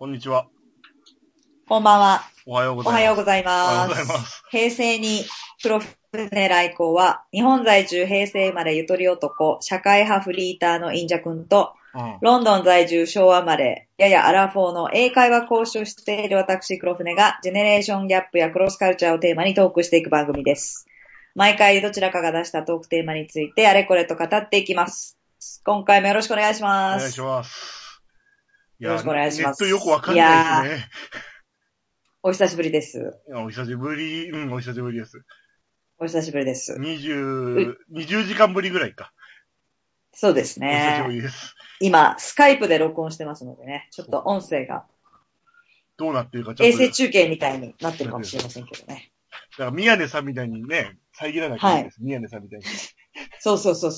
こんにちは。 こんばんは。 おはようごおざいます。 はようございおはようまございます。 す。平成に黒船来航は、日本在住平成生まれゆとり男、社会派フリーターのインジャ君と、ロンドン在住昭和生まれ、ややアラフォーの英会話講師をしている私黒船が、ジェネレーションギャップやクロスカルチャーをテーマにトークしていく番組です。毎回どちらかが出したトークテーマについてあれこれと語っていきます。今回もよろしくお願いしおます。 願いします。 よろしくお願いします。 ネットよくわかんないですね。 お久しぶりです。 お久しぶり、お久しぶりです。 お久しぶりです。 20時間ぶりぐらいか。 そうですお久しぶね。 りです。 今、スカイプで録音してますのでね、ちょっと音声がどうなってるかちょっと。 衛星中継みたいになってるかもしれませんけどね。 だから宮根さんみたいにね、遮らなきゃいけないです。宮根さんみたいに。 そう。 ちょちょ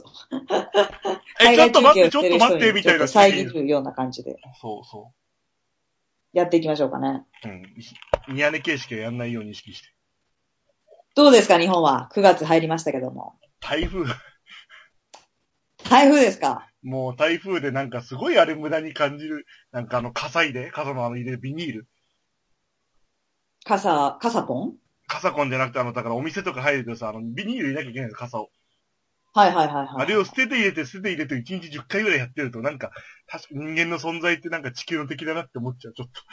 っと待って、ちょっと待って、みたいな。 遮るような感じで。 そう。 やっていきましょうかね。 宮根形式はやんないように意識して。 どうですか、日本は。9月入りましたけども。 台風ですか。 もう台風でなんかすごいあれ無駄に感じる。なんか傘の入れるビニール。 傘ポン傘コンじゃなくてだからお店とか入るとさ、ビニール入れなきゃいけないんです、傘を。 はい。 あれを捨てて入れて1日10回ぐらいやってると、なんか、人間の存在ってなんか地球の敵だなって思っちゃう、ちょっと。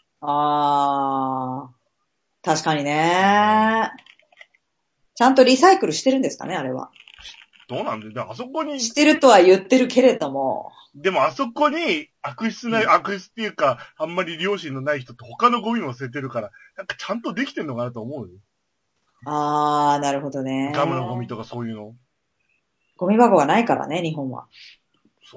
確かにね。ちゃんとリサイクルしてるんですかね、あれは。 どうなんだよ。あそこに。 してるとは言ってるけれども。 でもあそこに悪質っていうか、あんまり良心のない人って他のゴミも捨ててるから、なんかちゃんとできてんのかなと思うよ。 なるほどね。 ガムのゴミとかそういうの。 ゴミ箱がないからね、日本は。 そう。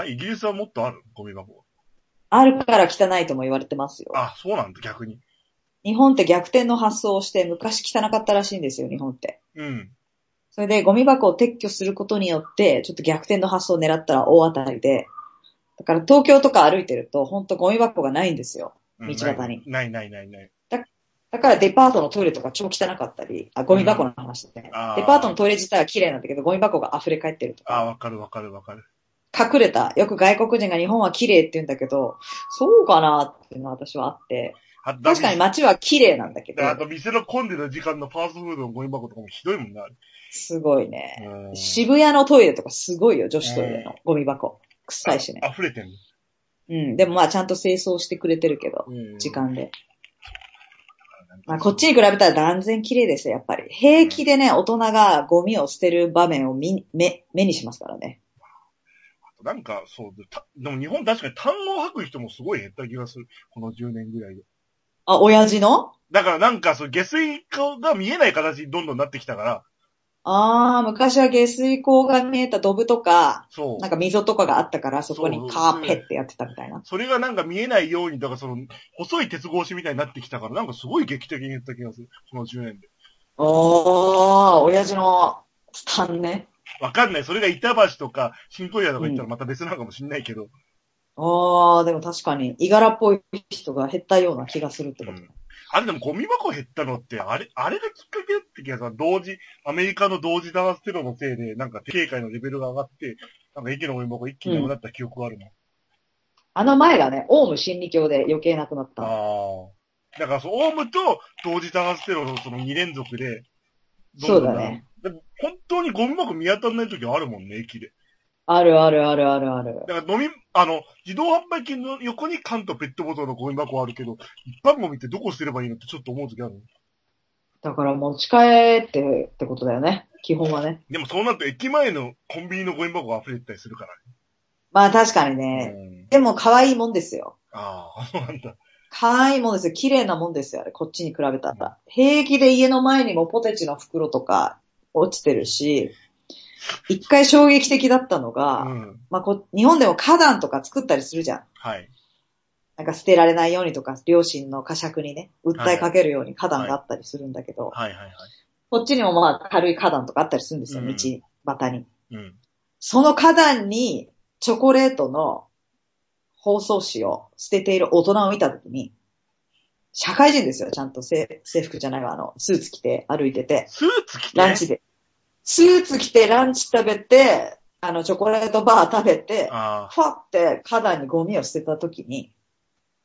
イギリスはもっとあるゴミ箱は。 あるから汚いとも言われてますよ。 そうなんだ、逆に。 日本って逆転の発想をして昔汚かったらしいんですよ、日本って。それでゴミ箱を撤去することによって、ちょっと逆転の発想を狙ったら大当たりで。だから東京とか歩いてると、ほんとゴミ箱がないんですよ。道端に。 ない。 だからデパートのトイレとか超汚かったり、ゴミ箱の話で、ね。デパートのトイレ自体は綺麗なんだけど、ゴミ箱が溢れ返ってるとか。 わかる。 隠れた。よく外国人が日本は綺麗って言うんだけど、そうかなっていうのは私はあって。確かに街は綺麗なんだけど。 あと店の混んでる時間のファーストフードのゴミ箱とかもひどいもんな。 すごいね。渋谷のトイレとかすごいよ、女子トイレのゴミ箱。臭いしね。 溢れてんの。でもまあちゃんと清掃してくれてるけど、時間で。まあこっちに比べたら断然綺麗ですよ、やっぱり。平気でね、大人がゴミを捨てる場面を目にしますからね。 なんか、そうでも日本確かに単語を吐く人もすごい減った気がする。この10年ぐらいで。 親父の？ だからなんか下水が見えない形にどんどんなってきたから。 昔は下水溝が見えたドブとか、 そう。 なんか溝とかがあったから、そこにカーペってやってたみたいな。 それがなんか見えないように、だから細い鉄格子みたいになってきたから、なんかすごい劇的に減った気がする。この10年で。 親父のスタンね。 わかんない。それが板橋とか、新小岩とか行ったらまた別なのかもしんないけど。 でも確かに、いがらっぽい人が減ったような気がするってこと。 あれでもゴミ箱減ったのって、あれがきっかけって気がする。アメリカの同時多発テロのせいで、なんか警戒のレベルが上がって、なんか駅のゴミ箱一気になくなった記憶があるの。 あの前がね、オウム真理教で余計なくなった。 だからオウムと同時多発テロのその2連続で、 そうだね。 本当にゴミ箱見当たらない時あるもんね、駅で。 ある。だから自動販売機の横に缶とペットボトルのゴミ箱あるけど、一般ゴミってどこ捨てればいいのってちょっと思う時ある。 だから持ち帰ってことだよね。基本はね。 でもそうなると駅前のコンビニのゴミ箱が溢れてたりするからね。 まあ確かにね。でも可愛いもんですよ。 そうなんだ。 可愛いもんですよ。綺麗なもんですよ、あれ。こっちに比べたら。平気で家の前にもポテチの袋とか落ちてるし、一回衝撃的だったのが、日本でも花壇とか作ったりするじゃん。 はい。 なんか捨てられないようにとか、両親の呵責にね、訴えかけるように花壇があったりするんだけど、こっちにもまあ軽い花壇とかあったりするんですよ、道端に。その花壇にチョコレートの包装紙を捨てている大人を見たときに、社会人ですよ、ちゃんと制服じゃないわ、スーツ着て歩いてて。 スーツ着てランチで。スーツ着てランチ食べて、チョコレートバー食べて、ファって花壇にゴミを捨てたときに、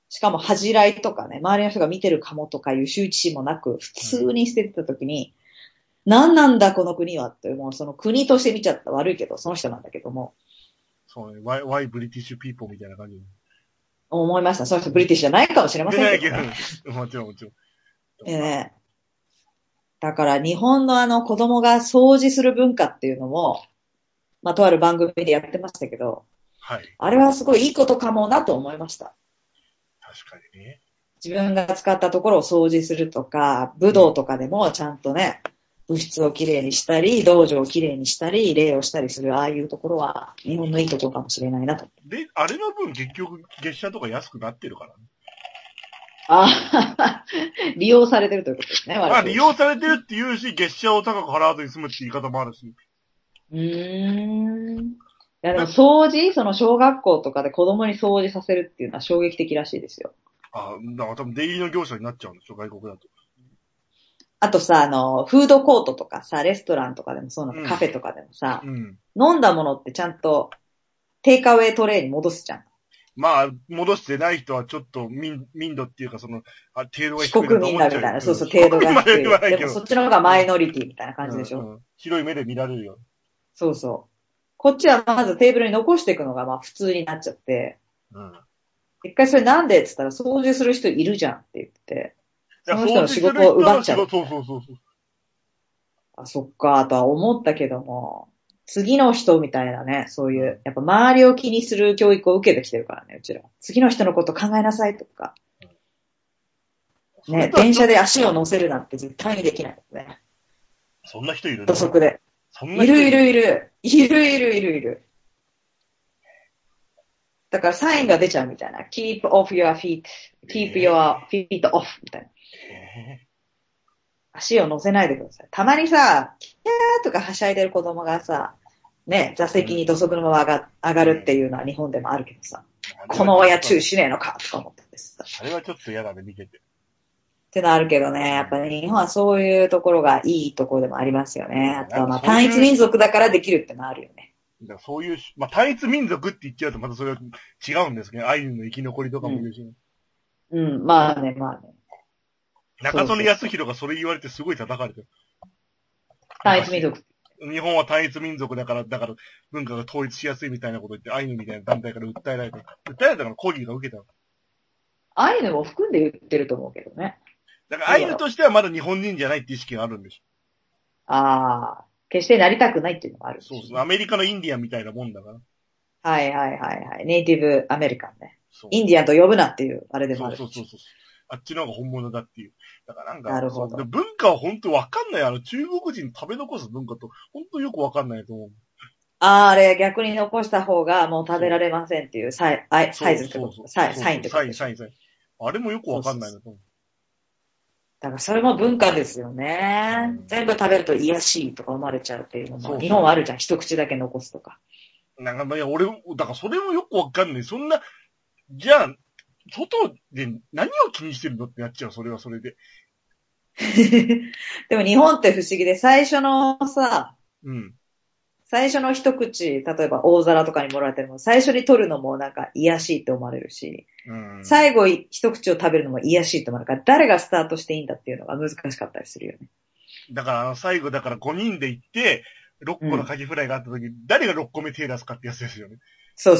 しかも恥じらいとかね、周りの人が見てるかもとかいう羞恥心もなく、普通に捨ててた時に、何なんだこの国はって、もうその国として見ちゃった悪いけど、その人なんだけども。 そうね。why British people みたいな感じ。 思いました。その人ブリティッシュじゃないかもしれませんけど、ね。 ないけど、もちろんもちろん。 ね、だから日本の子供が掃除する文化っていうのも、まあ、とある番組でやってましたけど、 はい。 あれはすごいいいことかもなと思いました。 確かにね。 自分が使ったところを掃除するとか、武道とかでもちゃんとね、部室をきれいにしたり、道場をきれいにしたり、礼をしたりする、ああいうところは日本のいいところかもしれないなと。 で、あれの分結局月謝とか安くなってるからね。 ああ、利用されてるということですね、 まあ利用されてるって言うし、月謝を高く払わずに済むって言い方もあるし。 いやでも掃除、その小学校とかで子供に掃除させるっていうのは衝撃的らしいですよ。 ああ、だから多分出入りの業者になっちゃうんでしょ、外国だと。 あとさ、フードコートとかさ、レストランとかでもそうなの、カフェとかでもさ、飲んだものってちゃんとテイクアウェイトレイに戻すじゃん。 まあ、戻してない人はちょっと民度っていうか程度が低い非国民だみたいな。そうそう、程度が低い。でもそっちの方がマイノリティみたいな感じでしょ。 広い目で見られるよ。 そうそう。こっちはまずテーブルに残していくのがまあ普通になっちゃって。一回それなんでって言ったら掃除する人いるじゃんって言って。その人の仕事を奪っちゃう。 そう。 あ、そっか、とは思ったけども。次の人みたいなね、そういう、やっぱ周りを気にする教育を受けてきてるからね、うちら。次の人のこと考えなさいとか。ね、電車で足を乗せるなんて絶対にできないですね。 そんな人いる土足で。いる。だからサインが出ちゃうみたいな。keep off your feet, keep your feet off みたいな。足を乗せないでください。たまにさ、キャーとかはしゃいでる子供がさ、ね、座席に土足のまま上がるっていうのは日本でもあるけどさ、この親注意しねえのかとか思っててさ。 あれはちょっと嫌だね、見てて。 ってのあるけどね、やっぱり日本はそういうところがいいところでもありますよね。あとはまあ単一民族だからできるってのあるよね。 だからそういう、まあ単一民族って言っちゃうとまたそれは違うんですけど、アイヌの生き残りとかも言うし、ね。 まあね。 中曽根康弘がそれ言われてすごい叩かれてる。 単一民族。 日本は単一民族だから文化が統一しやすいみたいなこと言って、アイヌみたいな団体から訴えられたから抗議が受けた。 アイヌも含んで言ってると思うけどね。 だからアイヌとしてはまだ日本人じゃないって意識があるんでしょ。 ああ、決してなりたくないっていうのがある、ね。 そう。アメリカのインディアンみたいなもんだから。 はい。ネイティブアメリカンね。インディアンと呼ぶなっていう、あれでもある。 そう。あっちの方が本物だっていう。だからなんか、 なるほど。 文化は本当わかんない。中国人食べ残す文化と本当よくわかんないと思う。 あれ逆に残した方がもう食べられませんっていうサイズってことサインってこと。 サイン。あれもよくわかんないなと思う。 だからそれも文化ですよね。全部食べると癒やしいとか思われちゃうっていうのも、日本はあるじゃん。一口だけ残すとか。 なんか、だからそれもよくわかんない。そんな、じゃあ、外で何を気にしてるのってなっちゃう。それはそれで。 でも日本って不思議で、最初のさ、 うん。 最初の一口、例えば大皿とかに盛られてるのも、最初に取るのもなんか癒やしいって思われるし、最後一口を食べるのも癒やしいって思われるから、誰がスタートしていいんだっていうのが難しかったりするよね。 だから最後だから5人で行って、6個のカキフライがあった時、誰が6個目手出すかってやつですよね。 そう。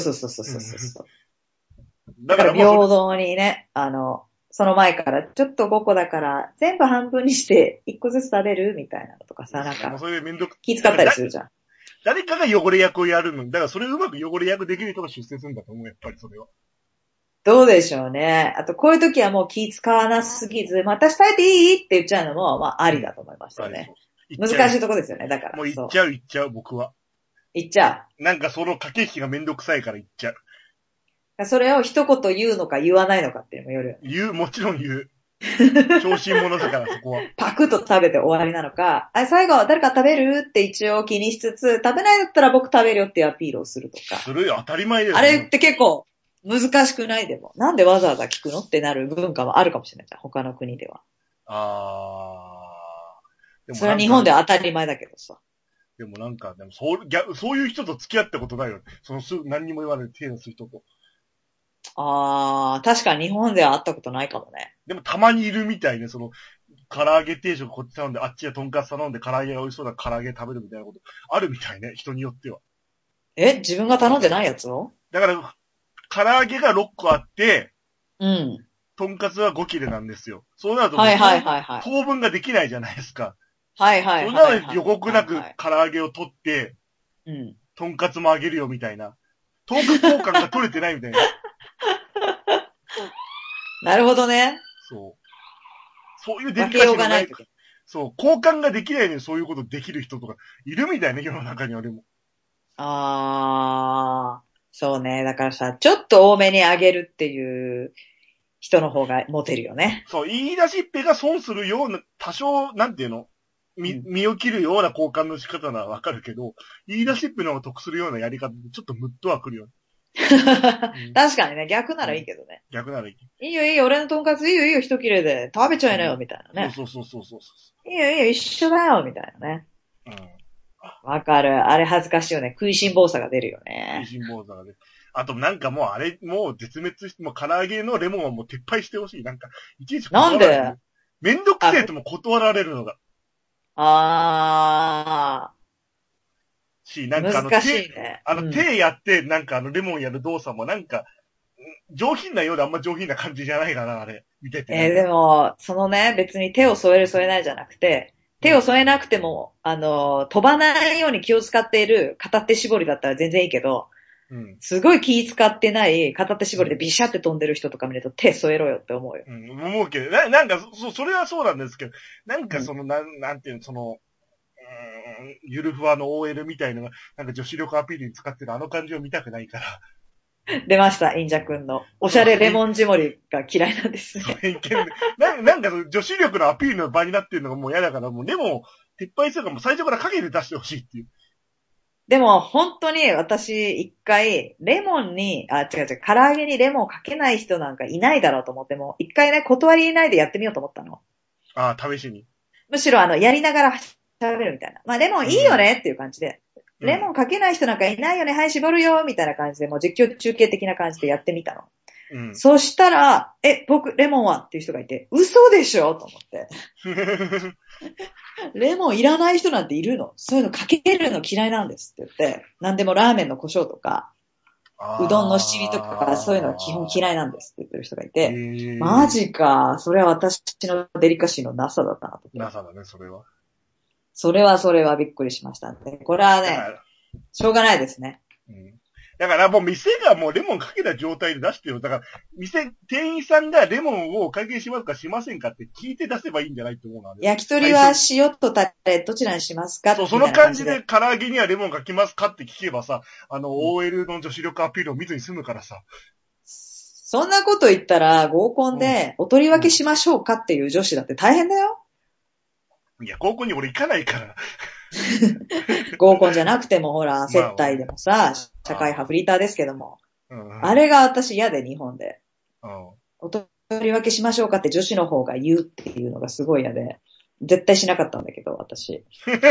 だから平等にね、その前からちょっと5個だから全部半分にして1個ずつ食べるみたいなのとかさ、なんか気使ったりするじゃん。 誰かが汚れ役をやるの。だからそれをうまく汚れ役できる人が出世するんだと思う、やっぱりそれは。 どうでしょうね。あとこういう時はもう気使わなすぎず、私食べていいって言っちゃうのも、まあありだと思いましたよね。難しいとこですよね、だから。 もう言っちゃう、僕は。 言っちゃう。なんかその駆け引きがめんどくさいから言っちゃう。 それを一言言うのか言わないのかっていうのもよるよね。 もちろん言う。小心者だから、そこは。 パクッと食べて終わりなのか、最後は誰か食べるって一応気にしつつ、食べないだったら僕食べるよっていうアピールをするとか。 するよ、当たり前だよ、 ね。あれって結構難しくないでも。なんでわざわざ聞くのってなる文化はあるかもしれないじゃん、他の国では。でもそれは日本では当たり前だけどさ。 でもそういう人と付き合ったことないよ。何にも言わない手出す人と。 確かに日本では会ったことないかもね。 でもたまにいるみたいね、唐揚げ定食こっち頼んで、あっちはとんかつ頼んで、唐揚げが美味しそうだから唐揚げ食べるみたいなこと、あるみたいね、人によっては。 自分が頼んでないやつを？ だから、唐揚げが6個あって、 うん。 とんかつは5切れなんですよ。そうなると、 はいはいはいはい。 当分ができないじゃないですか。 はいはいはい、 そんなはい。 の予告なく唐揚げを取って、 うん。 とんかつもあげるよみたいな。トーク交換が取れてないみたいな。 なるほどね。 そう。そういうデリ分けカシーのない。 ようがないと。 そう。交換ができないのにそういうことできる人とかいるみたいね、世の中にはでも。 そうね。だからさ、ちょっと多めにあげるっていう人の方がモテるよね。 そう、言い出しっぺが損するような、多少、なんていうの身を切るような交換の仕方ならわかるけど、言い出しっぺの方が得するようなやり方でちょっとムッとはくるよね。 確かにね、逆ならいいけどね。 逆ならいい。 いいよいいよ、俺のとんかついいよいいよ、一切れで食べちゃいなよ、みたいなね。 そう。 いいよいいよ、一緒だよ、みたいなね。 うん。 わかる。あれ恥ずかしいよね。食いしん坊さが出るよね。 食いしん坊さがね。あとなんかもうあれ、もう絶滅して、もう唐揚げのレモンはもう撤廃してほしい。なんか、いちいち断られる。 なんで？ めんどくせえとも断られるのが。なんか難しいね。 手やって、なんかレモンやる動作もなんか、上品なようであんま上品な感じじゃないかな、あれ。見てて。 でも、そのね、別に手を添える添えないじゃなくて、手を添えなくても、飛ばないように気を使っている片手絞りだったら全然いいけど、すごい気使ってない片手絞りでビシャって飛んでる人とか見ると手添えろよって思うよ。 思うけど、なんか、それはそうなんですけど、なんかなんていうの、ゆるふわの OL みたいなのが、なんか女子力アピールに使ってるあの感じを見たくないから。 出ました、インジャ君の。おしゃれレモン絞りが嫌いなんですね。 偏見で。なんか女子力のアピールの場になってるのがもう嫌だから、もうレモンを撤廃するからもう最初から影で出してほしいっていう。 でも、本当に私、一回、レモンに、違う、唐揚げにレモンをかけない人なんかいないだろうと思っても、一回ね、断りないでやってみようと思ったの。 試しに。 むしろやりながら喋るみたいな。まあ、レモンいいよねっていう感じで。レモンかけない人なんかいないよね、はい、絞るよ、みたいな感じで、もう実況中継的な感じでやってみたの。そしたら、僕、レモンはっていう人がいて、嘘でしょと思って。レモンいらない人なんているの？そういうのかけるの嫌いなんですって言って、なんでもラーメンの胡椒とか、うどんの七味とか、そういうのは基本嫌いなんですって言ってる人がいて、マジか、それは私のデリカシーのなさだったなと。 なさだね、それは。 それはびっくりしましたね。これはね、しょうがないですね。 だからもう店がもうレモンかけた状態で出してよ。だから店員さんがレモンを会計しますかしませんかって聞いて出せばいいんじゃないと思うな。 焼き鳥は塩とタレどちらにしますか？ そう、その感じで唐揚げにはレモンかけますかって聞けばさ、OL の女子力アピールを見ずに済むからさ。 そんなこと言ったら合コンでお取り分けしましょうかっていう女子だって大変だよ。 いや、合コンに俺行かないから。 合コンじゃなくてもほら、接待でもさ、社会派フリーターですけども。あれが私嫌で、日本で。お取り分けしましょうかって女子の方が言うっていうのがすごい嫌で。絶対しなかったんだけど、私。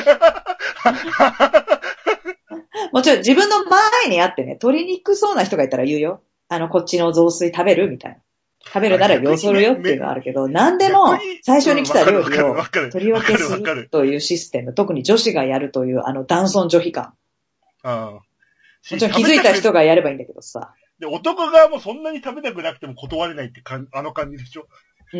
もちろん自分の前にあってね、取りにくそうな人がいたら言うよ。こっちの雑炊食べるみたいな。食べるならよそるよっていうのはあるけど、何でも最初に来た料理を取り分けするというシステム、特に女子がやるという男尊女卑感。もちろん気づいた人がやればいいんだけどさ。 で、男側もそんなに食べたくなくても断れないって感じでしょ。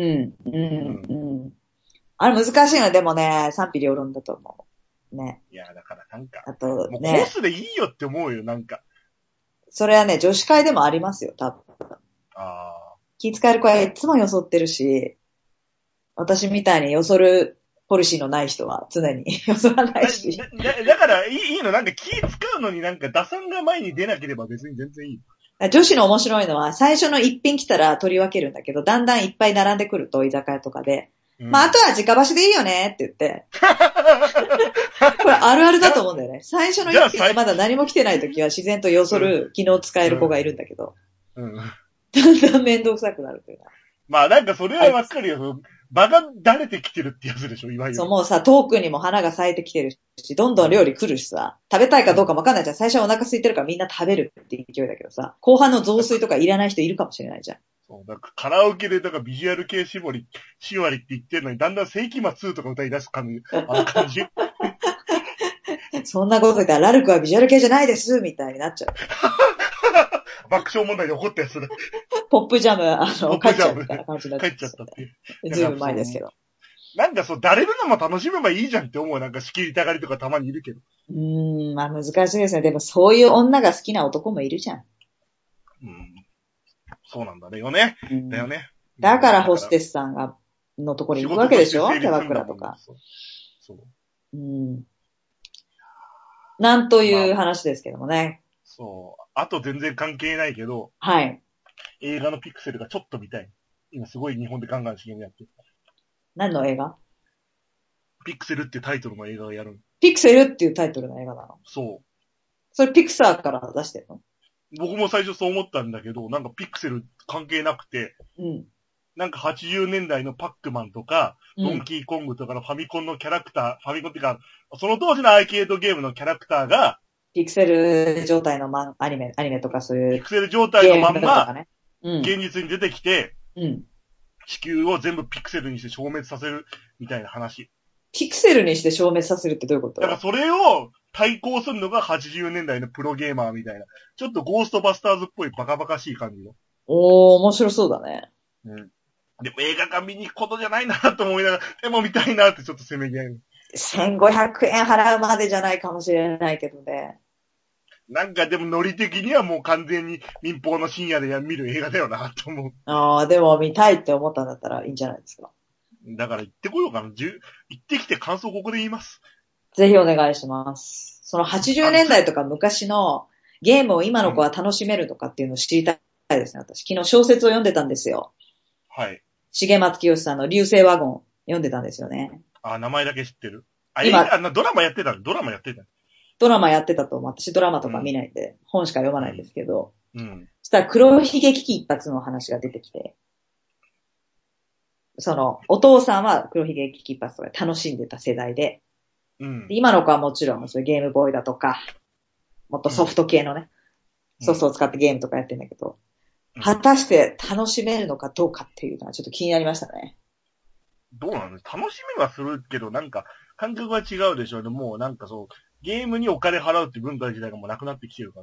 あれ難しいのでもね、賛否両論だと思う。ね。 いや、だからなんか。 あとね。 もうコースでいいよって思うよ、なんか。 それはね、女子会でもありますよ、多分。気遣える子はいつもよそってるし、私みたいによそるポリシーのない人は常によそらないし。 だからいいの、なんか気使うのになんか打算が前に出なければ別に全然いい。 女子の面白いのは最初の一品来たら取り分けるんだけど、だんだんいっぱい並んでくると居酒屋とかで、まああとは直箸でいいよねって言って。これあるあるだと思うんだよね。最初の一品でまだ何も来てない時は自然とよそる、昨日使える子がいるんだけど。だんだん面倒くさくなるというか。 まあなんかそれはわかるよ。 場が慣れてきてるってやつでしょ、いわゆる。 そう、もうさ、遠くにも花が咲いてきてるし、どんどん料理来るしさ、食べたいかどうかもわかんないじゃん。最初はお腹空いてるからみんな食べるって勢いだけどさ、後半の雑炊とかいらない人いるかもしれないじゃん。 そう、だからカラオケで、だからビジュアル系4割って言ってるのに、だんだん世紀末とか歌い出す感じ、あの感じ。 そんなこと言ったら、ラルクはビジュアル系じゃないですみたいになっちゃう。 爆笑問題で起こったやつだ。 ポップジャム、 ポップジャム帰っちゃうみたいな感じになっ帰っちゃったっていう。 ずいぶん前ですけど。 なんかそう、だれるのも楽しめばいいじゃんって思う。なんか仕切りたがりとかたまにいるけど。 まあ難しいですね。でもそういう女が好きな男もいるじゃん。 そうなんだよね。だよね。 だからホステスさんのところに行くわけでしょ、キャバクラとか。 そう。 なんという話ですけどもね。 そう。あと全然関係ないけど。 はい。 映画のピクセルがちょっと見たい。今すごい日本でガンガン CM やってる。 何の映画？ ピクセルっていうタイトルの映画をやる。 ピクセルっていうタイトルの映画なの？ そう。 それピクサーから出してるの？ 僕も最初そう思ったんだけど、なんかピクセル関係なくて、なんか80年代のパックマンとか、ドンキーコングとかのファミコンのキャラクター、ファミコンっていうか、その当時のアーケードゲームのキャラクターが、 ピクセル状態のアニメとかそういう。 ピクセル状態のまんま、 ね、 現実に出てきて、地球を全部ピクセルにして消滅させるみたいな話。 ピクセルにして消滅させるってどういうこと？ だからそれを対抗するのが80年代のプロゲーマーみたいな。ちょっとゴーストバスターズっぽいバカバカしい感じの。 面白そうだね。 でも映画館見に行くことじゃないなと思いながら、でも見たいなってちょっとせめぎ合い。 1500円払うまでじゃないかもしれないけどね。 なんかでもノリ的にはもう完全に民放の深夜で見る映画だよなと思う。でも見たいって思ったんだったらいいんじゃないですか。 だから行ってこようかな。行ってきて感想ここで言います。 ぜひお願いします。その80年代とか昔のゲームを今の子は楽しめるとかっていうのを知りたいですね、私。昨日小説を読んでたんですよ。 はい。 重松清さんの流星ワゴン読んでたんですよね。 名前だけ知ってる。今、ドラマやってた。ドラマやってたと思う。私ドラマとか見ないんで、本しか読まないんですけど。そしたら黒ひげ危機一髪の話が出てきて。お父さんは黒ひげ危機一髪とか楽しんでた世代で。今の子はもちろんそういうゲームボーイだとか、もっとソフト系のね、ソフトを使ってゲームとかやってんだけど、果たして楽しめるのかどうかっていうのはちょっと気になりましたね。 どうなの？楽しみはするけど、なんか感覚は違うでしょうね。もうなんかゲームにお金払うって文化自体がもうなくなってきてるから。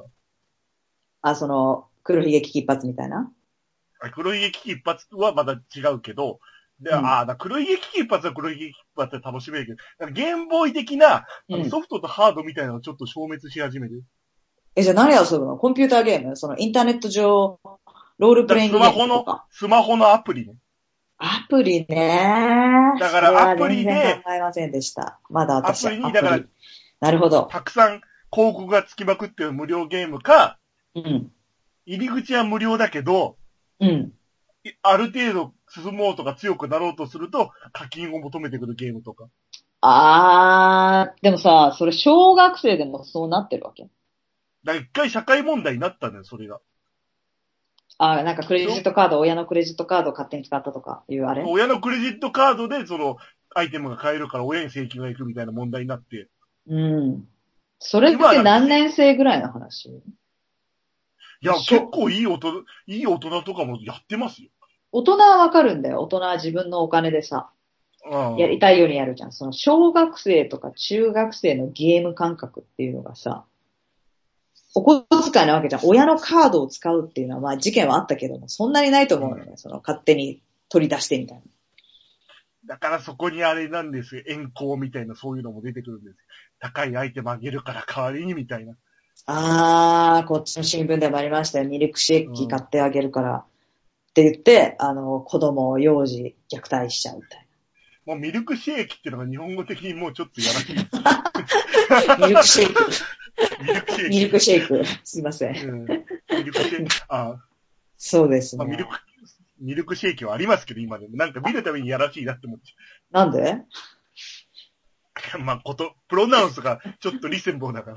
黒ひげ危機一髪みたいな？ 黒ひげ危機一髪はまだ違うけど、で、黒ひげ危機一髪は黒ひげ危機一髪で楽しめるけど、ゲームボーイ的な、ソフトとハードみたいなのをちょっと消滅し始める。 じゃあ何遊ぶの？コンピューターゲーム？インターネット上、ロールプレイングゲームとか。 スマホのアプリね。 アプリね。 だからアプリで。 全然考えませんでした。まだ私は。 アプリに、だから、 なるほど。 たくさん広告がつきまくってる無料ゲームか、入り口は無料だけど、ある程度進もうとか強くなろうとすると、課金を求めてくるゲームとか。 でもさ、それ小学生でもそうなってるわけ？ だから一回社会問題になったんだよ、それが。 なんかクレジットカード、親のクレジットカードを勝手に使ったとかいうあれ？ 親のクレジットカードでアイテムが買えるから親に請求が行くみたいな問題になって。 それって何年生ぐらいの話？いや、結構いい大人とかもやってますよ。 大人はわかるんだよ。大人は自分のお金でさ、やりたいようにやるじゃん。小学生とか中学生のゲーム感覚っていうのがさ、お小遣いなわけじゃん。親のカードを使うっていうのは、まあ事件はあったけども、そんなにないと思うのね。勝手に取り出してみたいな。 だからそこにあれなんですよ。遠行みたいなそういうのも出てくるんですよ。高いアイテムあげるから代わりにみたいな。 こっちの新聞でもありましたよ。ミルクシェイキ買ってあげるからって言って、子供を幼児虐待しちゃうみたいな。もうミルクシェイキっていうのが日本語的にもうちょっとやらしい。 ミルクシェイク。 ミルクシェイク。 すいません。 ミルクシェイク。 そうですね。 ミルクシェイキはありますけど、今でも。なんか見るためにやらしいなって思って。 なんで？ プロナウンスがちょっとリセンボーだから。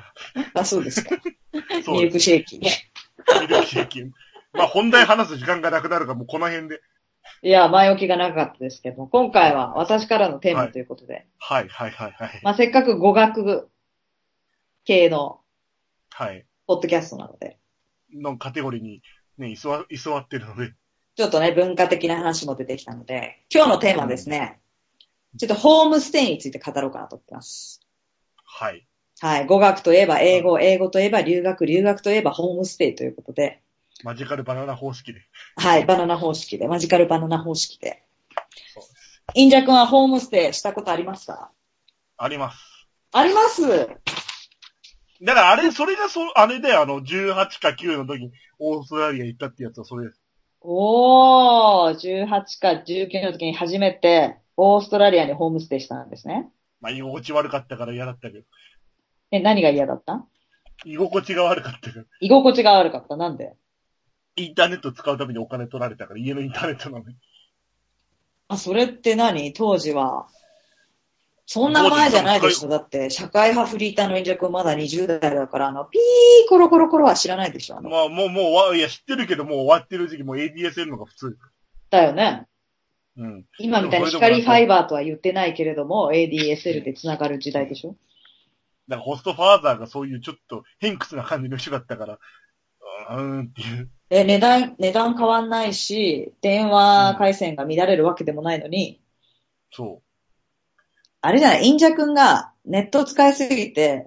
そうですか。ミルクシェイキね。 ミルクシェイキ。本題話す時間がなくなるから、もうこの辺で。 いや、前置きが長かったですけど、今回は私からのテーマということで。 はい、はい、はい、はい。 まあ、せっかく語学系の、 はい。 ポッドキャストなので、 のカテゴリーにね、居座ってるので。 ちょっとね、文化的な話も出てきたので、今日のテーマはですね、ちょっとホームステイについて語ろうかなと思ってます。 はい。 はい。語学といえば英語、英語といえば留学、留学といえばホームステイということで、 マジカルバナナ方式で。 はい。バナナ方式で、マジカルバナナ方式で。 そうです。 インジャ君はホームステイしたことありますか？ あります。 あります。 だからあれ、それがあれで18か9の時にオーストラリア行ったってやつはそれです。 おー、18か19の時に初めてオーストラリアにホームステイしたんですね。 まあ、居心地悪かったから嫌だったけど。 何が嫌だった？ 居心地が悪かったから。 居心地が悪かった。なんで？ インターネット使うためにお金取られたから、家のインターネットなのに。 あ、それって何？当時は。そんな前じゃないでしょ。だって、社会派フリーターのインジャ君まだ20代だから、ピーコロコロコロは知らないでしょ。 まあ、もう、いや、知ってるけど、もう終わってる時期、もう ADSL のが普通。 だよね。 うん。 今みたいに光ファイバーとは言ってないけれども、ADSL で繋がる時代でしょ。 だからホストファーザーがそういうちょっと偏屈な感じの人だったから、っていう。 値段変わんないし、電話回線が乱れるわけでもないのに、 そう。 あれじゃない、インジャ君がネットを使いすぎて、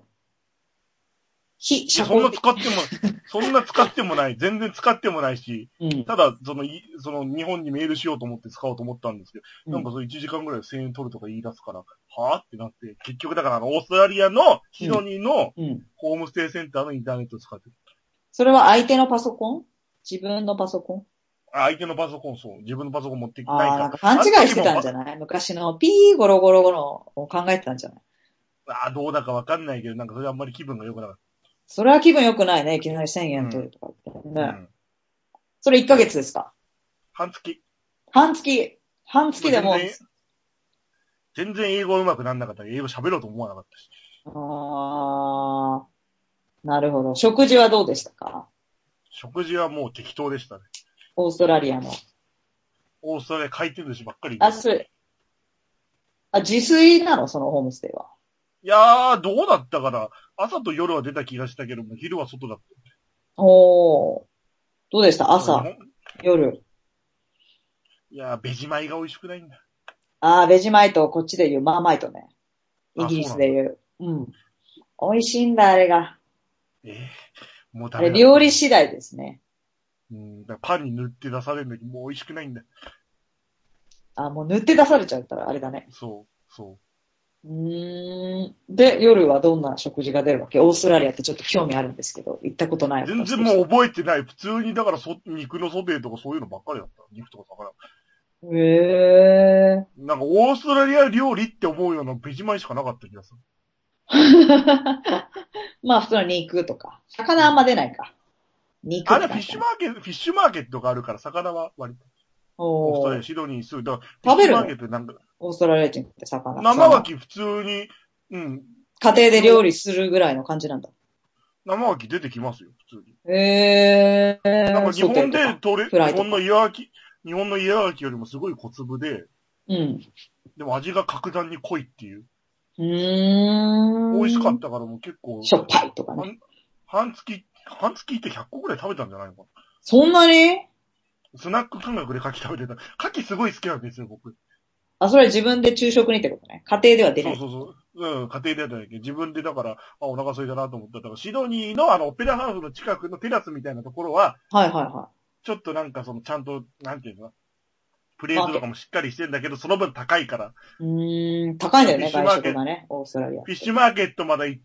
そんな使ってもない。全然使ってもないし、 うん、 ただ、その日本にメールしようと思って使おうと思ったんですけど、なんか1時間ぐらい1000円取るとか言い出すから、はぁってなって、結局だからオーストラリアのシドニーのホームステイセンターのインターネットを使ってる。 それは相手のパソコン？自分のパソコン？ 相手のパソコン、そう。自分のパソコン持ってきてないから。 なんか勘違いしてたんじゃない？昔のピーゴロゴロゴロを考えてたんじゃない？ どうだかわかんないけど、なんかそれあんまり気分が良くなかった。 それは気分良くないね。いきなり1000円取るとかってね。 うん。 それ1ヶ月ですか？ 半月。 半月でも。 全然英語上手くなんなかったり、英語喋ろうと思わなかったし。 なるほど。食事はどうでしたか？ 食事はもう適当でしたね。 オーストラリアの。 オーストラリア回転寿司ばっかり。 自炊なの？そのホームステイは。 いやー、どうだったかな。朝と夜は出た気がしたけども、昼は外だった。 どうでした？朝、夜。 いやー、ベジ米が美味しくないんだ。 ベジマイト、こっちで言うマーマイトね。イギリスで言う。うん。美味しいんだ、あれが。 もうダメだ。 あれ、料理次第ですね。 だパンに塗って出されるのにもう美味しくないんだ。 もう塗って出されちゃったらあれだね。 そう。 で、夜はどんな食事が出るわけ？オーストラリアってちょっと興味あるんですけど、行ったことない。 全然もう覚えてない。普通に、だから肉のソテーとかそういうのばっかりだった。肉とか魚。なんかオーストラリア料理って思うようなベジ米しかなかった気がする。 まあ普通の肉とか。魚あんま出ないか。肉とか。 フィッシュマーケットがあるから魚は割と。オーストラリア、シドニーにする。だから、 食べるの？ フィッシュマーケットなんか。 オーストラリア人って魚。 生牡蠣普通に、 家庭で料理するぐらいの感じなんだ。 生牡蠣出てきますよ、普通に。 なんか日本で日本の岩牡蠣よりもすごい小粒で、でも味が格段に濃いっていう。美味しかったからもう結構。 しょっぱいとかね。 半月って100個ぐらい食べたんじゃないのかな。 そんなに？ スナック感覚で牡蠣食べてた。牡蠣すごい好きなんですよ、僕。 それは自分で昼食にってことね。家庭では出ない。 そう。家庭では出ないけど、自分でだから、お腹空いたなと思った。だからシドニーのオペラハウスの近くのテラスみたいなところは、ちょっとなんかちゃんと、なんていうのプレートとかもしっかりしてんだけど、その分高いから。 高いんだよね、外食がね、オーストラリア。 フィッシュマーケットまで行って、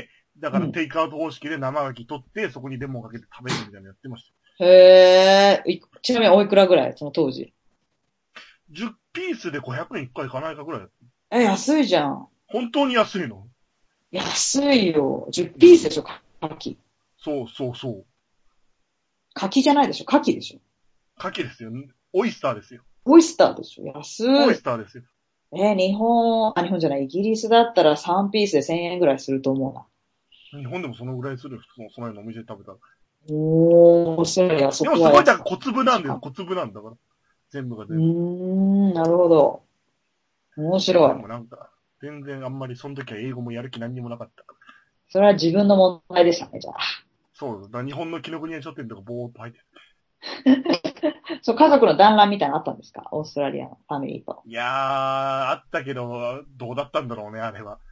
だからテイクアウト方式で生牡蠣取って、そこにレモンかけて食べるみたいなのやってました。 ちなみにおいくらぐらいその当時。 10ピースで500円1回いかないかぐらい。 安いじゃん。 本当に安いの？ 安いよ。10ピースでしょ、牡蠣。 そう。 牡蠣じゃないでしょ、牡蠣でしょ。 牡蠣ですよ。オイスターですよ。 オイスターでしょ、安い。 オイスターですよ。 日本じゃない、イギリスだったら3ピースで1000円ぐらいすると思うな。日本でもそのぐらいするよ、その辺のお店で食べたら。 オーストラリア、そこは。 でもすごい、だから小粒なんだよ、小粒なんだから。 全部が全部。 なるほど。面白い。 でもなんか、全然あんまりその時は英語もやる気何にもなかったから。 それは自分の問題でしたね、じゃあ。 そう、だから日本の紀ノ国屋書店とかぼーっと入ってる。 そう、家族の団らんみたいなのあったんですか？オーストラリアのファミリーと。 いやー、あったけど、どうだったんだろうね、あれは。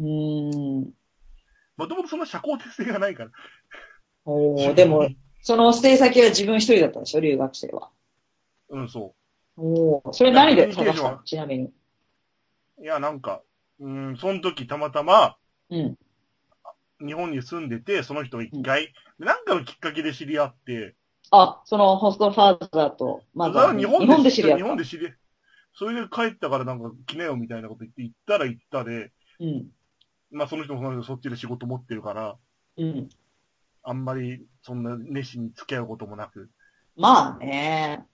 もともとそんな社交徹底がないから。 でも、そのステイ先は自分一人だったんでしょ？留学生は。 うん、そそれう。 何でコミュニケーションは、 探したの？ちなみに。 いや、なんか、その時たまたま、 うん。 日本に住んでて、その人が一回、なんかのきっかけで知り合って、 あ、そのホストファーザーとマザーに日本で知り合った。 それで帰ったからなんか来なよみたいなこと言って行ったら行ったで、まあその人もそっちで仕事持ってるから、あんまりそんな熱心に付き合うこともなく。 まあね。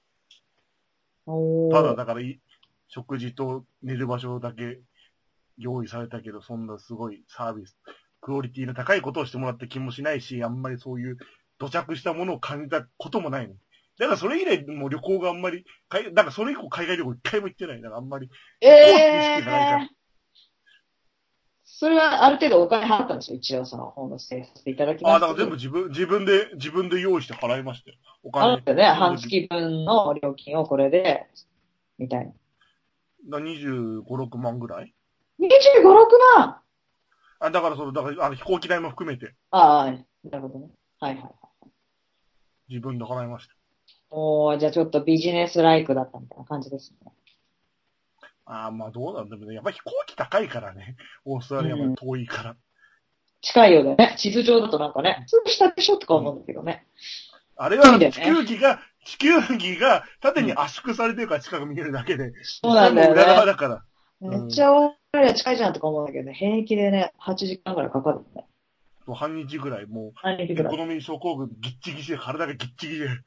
ただだから食事と寝る場所だけ用意されたけど、そんなすごいサービス、クオリティの高いことをしてもらった気もしないし、あんまりそういう土着したものを感じたこともないの。だからそれ以来もう旅行があんまり、だからそれ以降海外旅行一回も行ってない。だからあんまり行こうっていう意識がないから。 それはある程度お金払ったんですよ。一応そのホームステイさせていただきます。 だから全部自分で用意して払いましたよ。お金。 あるんだよね。半月分の料金をこれで、みたいな。 25、6万ぐらい 25、6万だから飛行機代も含めて。 なるほどね。はいはいはい。 自分で払いました。 じゃあちょっとビジネスライクだったみたいな感じですね。 まあどうなんだろうね。やっぱり飛行機高いからね。オーストラリアまで遠いから。 近いようでね。地図上だとなんかね、すぐ下でしょとか思うんだけどね。 あれは地球儀が縦に圧縮されてるから近く見えるだけで。 そうなんだよね。 裏側だから。 めっちゃオーストラリア近いじゃんとか思うんだけどね。平気でね、8時間ぐらいかかるね。 半日ぐらい、もう、エコノミー症候群ぎっちぎちで、体がぎっちぎちで。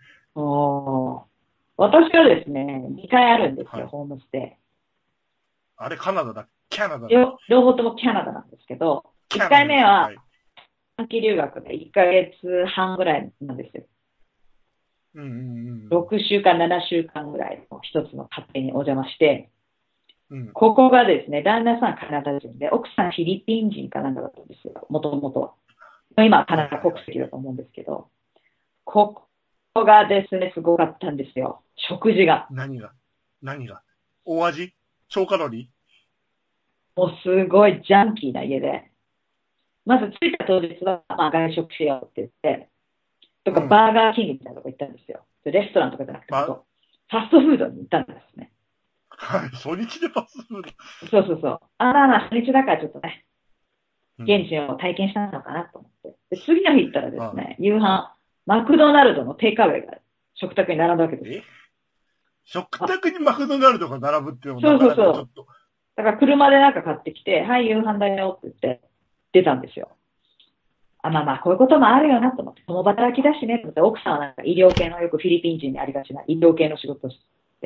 私はですね、2回あるんですよ、ホームステイ。 あれ、カナダだ。キャナダだ。 両方ともキャナダなんですけど、1回目は、短期留学で1ヶ月半ぐらいなんですよ。6週間、7週間ぐらいの一つの家庭にお邪魔して、ここがですね、旦那さんカナダ人で、奥さんフィリピン人かなんかだったんですよ、もともとは。今はカナダ国籍だと思うんですけど、ここがですね、すごかったんですよ。食事が。 何が大味超カロリーもうすごいジャンキーな家で。まず着いた当日は、外食しようって言って、とかバーガーキングみたいなとこ行ったんですよ。レストランとかじゃなくて、ファストフードに行ったんですね。 はい、初日でファストフード。そう。初日だからちょっとね、現地を体験したのかなと思って。で、次の日行ったらですね、夕飯、マクドナルドのテイクアウェイが食卓に並んだわけですよ。 食卓にマクドナルドが並ぶっていうのもなかなかちょっと。 だから車でなんか買ってきて、はい、夕飯だよって言って出たんですよ。こういうこともあるよなと思って、共働きだしねと思って、奥さんはなんか医療系のよくフィリピン人にありがちな医療系の仕事をして。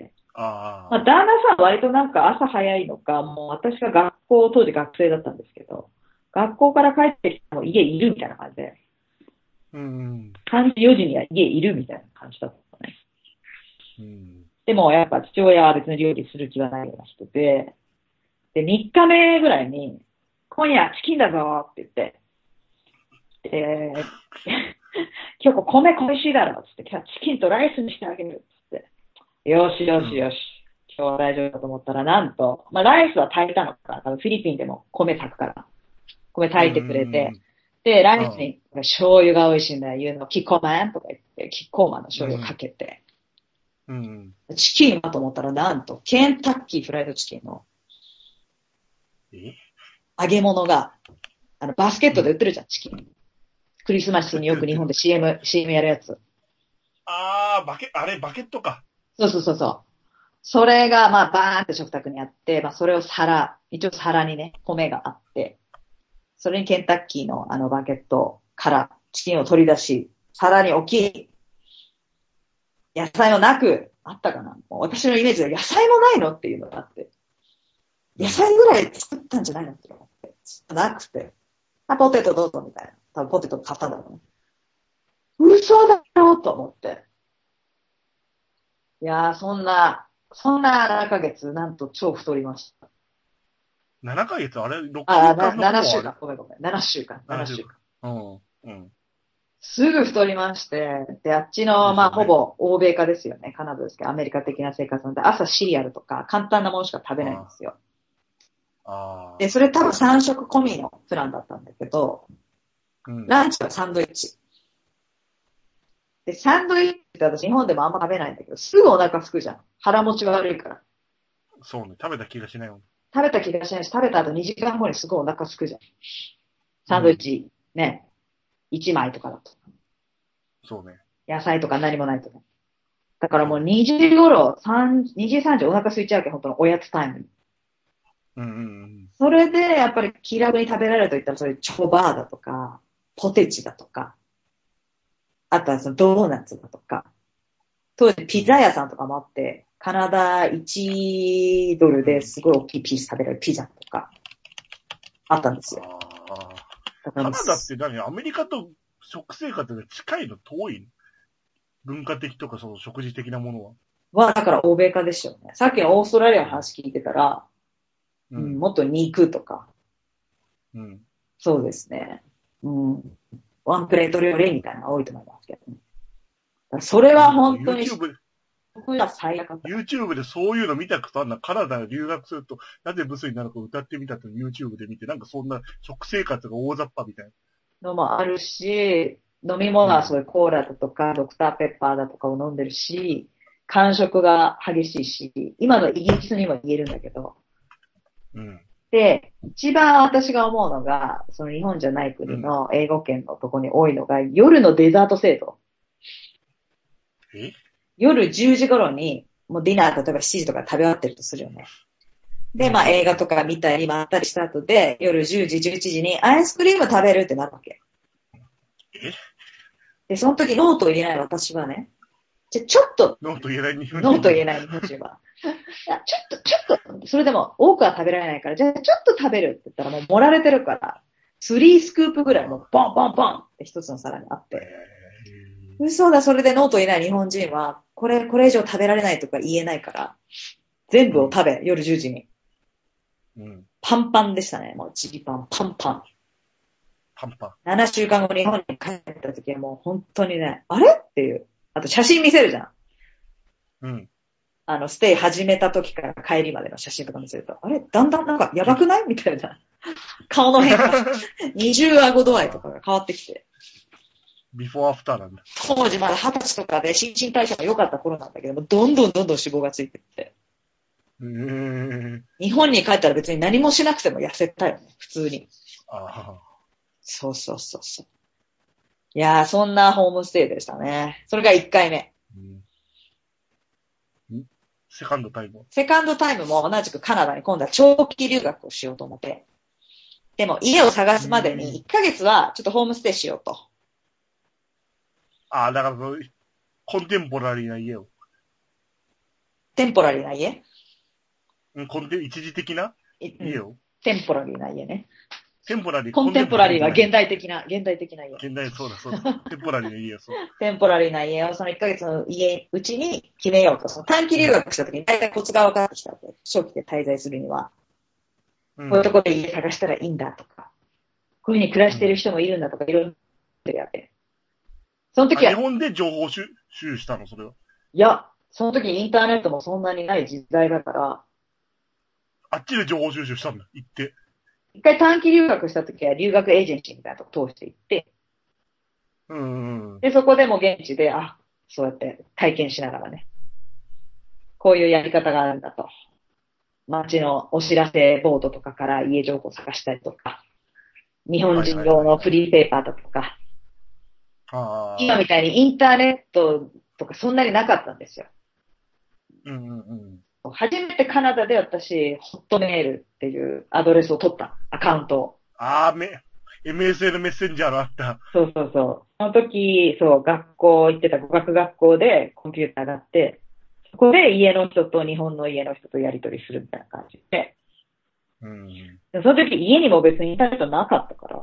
旦那さんは割となんか朝早いのか、もう私が当時学生だったんですけど、学校から帰ってきても家いるみたいな感じで。3時、4時には家いるみたいな感じだったね。でもやっぱ父親は別に料理する気はないような人で、3日目ぐらいに、今夜チキンだぞって言って、今日米恋しいだろつって、今日チキンとライスにしてあげるつって、よし。今日は大丈夫だと思ったら、なんと、ライスは炊いたのか、フィリピンでも米炊くから、米炊いてくれて、で、ライスに醤油が美味しいんだよ、言うの、キッコーマンとか言って、キッコーマンの醤油をかけて、チキンはと思ったら、なんと、ケンタッキーフライドチキンの揚げ物が、バスケットで売ってるじゃん、チキン。クリスマスによく日本で CM やるやつ。 バケットか。 そう。それが、バーンって食卓にあって、それを一応皿にね、米があって、それにケンタッキーのバケットからチキンを取り出し、皿に置き、野菜もなく、あったかな？もう私のイメージで野菜もないのっていうのがあって、野菜ぐらい作ったんじゃないのって思って、なくて、ポテトどうぞみたいな。多分ポテト買ったんだろうね。嘘だろうと思って。 やー、そんな7ヶ月、なんと超太りました。 7ヶ月あれ ?6 週あ、 間の 7週間。ごめん。7週間。 7週間。うん。 すぐ太りまして、で、あっちの、まあ、ほぼ欧米化ですよね。カナダですけど、アメリカ的な生活なんで、朝シリアルとか簡単なものしか食べないんですよ。で、それ多分3食込みのプランだったんだけど、ランチはサンドイッチ。で、サンドイッチって私日本でもあんま食べないんだけど、すぐお腹すくじゃん。腹持ちが悪いから。 そうね。食べた気がしないもん。 食べた気がしないし、食べた後2時間後にすごいお腹すくじゃん。サンドイッチ、ね、1枚とかだと。 そうね。 野菜とか何もないとね。だからもう2時頃、2時3時お腹空いちゃうけど、本当のおやつタイムに。それで、やっぱり気楽に食べられると言ったら、そういうチョバーだとか、ポテチだとか、あとはそのドーナツだとか、当時ピザ屋さんとかもあって、カナダ$1ですごい大きいピース食べられるピザとか、あったんですよ。 カナダって何？アメリカと食生活が近いの？遠いの？文化的とかその食事的なものは？ だから欧米化でしょうね。さっきのオーストラリアの話聞いてたら、もっと肉とか、そうですね。ワンプレート料理みたいなのが多いと思いますけどね。それは本当に、僕は最悪だった。 YouTube でそういうの見たことあるな。カナダに留学すると、なぜブスになるか歌ってみたと YouTube で見て、なんかそんな食生活が大雑把みたいなのもあるし、飲み物はそういうコーラだとか、ドクターペッパーだとかを飲んでるし、間食が激しいし、今のイギリスにも言えるんだけど、で、一番私が思うのが、その日本じゃない国の英語圏のとこに多いのが、夜のデザート制度。夜10時頃に、もうディナー例えば7時とか食べ終わってるとするよね。で、まあ映画とか見たりまったりした後で、夜10時、11時にアイスクリーム食べるってなるわけ。で、その時ノートを入れない私はね、ちょっと、 ノート入れない日本人は。いや、ちょっと、それでも多くは食べられないから、じゃあちょっと食べるって言ったらもう盛られてるから、3スクープぐらいもうボンボンボンって一つの皿にあって。嘘だ、それでノート入れない日本人は、これ以上食べられないとか言えないから、全部を食べ、夜10時に。パンパンでしたね。もうチリパン、パンパン。7週間後日本に帰った時はもう本当にね、あれっていう。あと写真見せるじゃん。ステイ始めた時から帰りまでの写真とか見せると、あれだんだんなんかやばくないみたいな。顔の変化。20顎度合いとかが変わってきて。 ビフォーアフターなんだ。 当時まだ20歳とかで新陳代謝が良かった頃なんだけども、どんどん脂肪がついてって。日本に帰ったら別に何もしなくても痩せたよね、普通に。そう。いやー、そんなホームステイでしたね。それが1回目。 セカンドタイムも同じくカナダに今度は長期留学をしようと思って。でも家を探すまでに1ヶ月はちょっとホームステイしようと。 だからコンテンポラリーな家を。 テンポラリーな家？ 一時的な家を？ テンポラリーな家ね。 コンテンポラリーは現代的な家。 そうだ。テンポラリーな家を。 テンポラリーな家をその1ヶ月のうちに決めようと。その短期留学した時に大体コツが分かってきたわけ。長期で滞在するには。こういうところで家探したらいいんだとか。こういう風に暮らしてる人もいるんだとか、いろいろやって。その時は。 日本で情報収集したのそれは。 いや、その時インターネットもそんなにない時代だから。 あっちで情報収集したんだ、行って。 一回短期留学した時は留学エージェンシーみたいなとこ通して行って。で、そこでも現地で、そうやって体験しながらね。こういうやり方があるんだと。街のお知らせボードとかから家情報を探したりとか。日本人用のフリーペーパーだとか。今みたいにインターネットとかそんなになかったんですよ。初めてカナダで私、ホットメールっていうアドレスを取った、アカウントを。 MSN メッセンジャーのあった。 そう。その時、学校行ってた語学学校でコンピューターがあって、そこで家の人と日本の家の人とやり取りするみたいな感じで。その時家にも別にインターネットなかったから。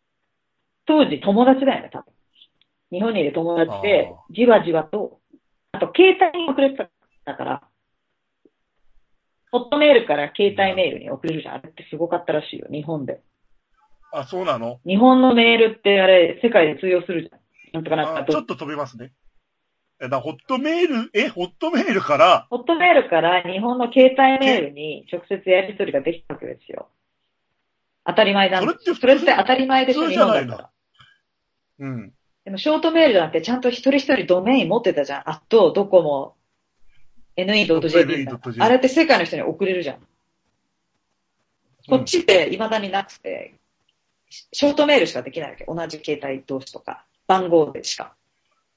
当時友達だよね、多分。日本にいる友達で、じわじわとあと、携帯に送れてたから、ホットメールから携帯メールに送れるじゃん。あれってすごかったらしいよ、日本で。 あ、そうなの？ 日本のメールってあれ、世界で通用するじゃん。なんとかなんかちょっと飛べますね。ホットメールからホットメールから日本の携帯メールに直接やり取りができたわけですよ。当たり前なんです。それって当たり前でしょ、日本だったら。 うん。 でもショートメールじゃなくてちゃんと一人一人ドメイン持ってたじゃん。ドコモ、ne.jp あれって世界の人に送れるじゃん。こっちって未だになくて、ショートメールしかできないわけ。同じ携帯同士とか、番号でしか。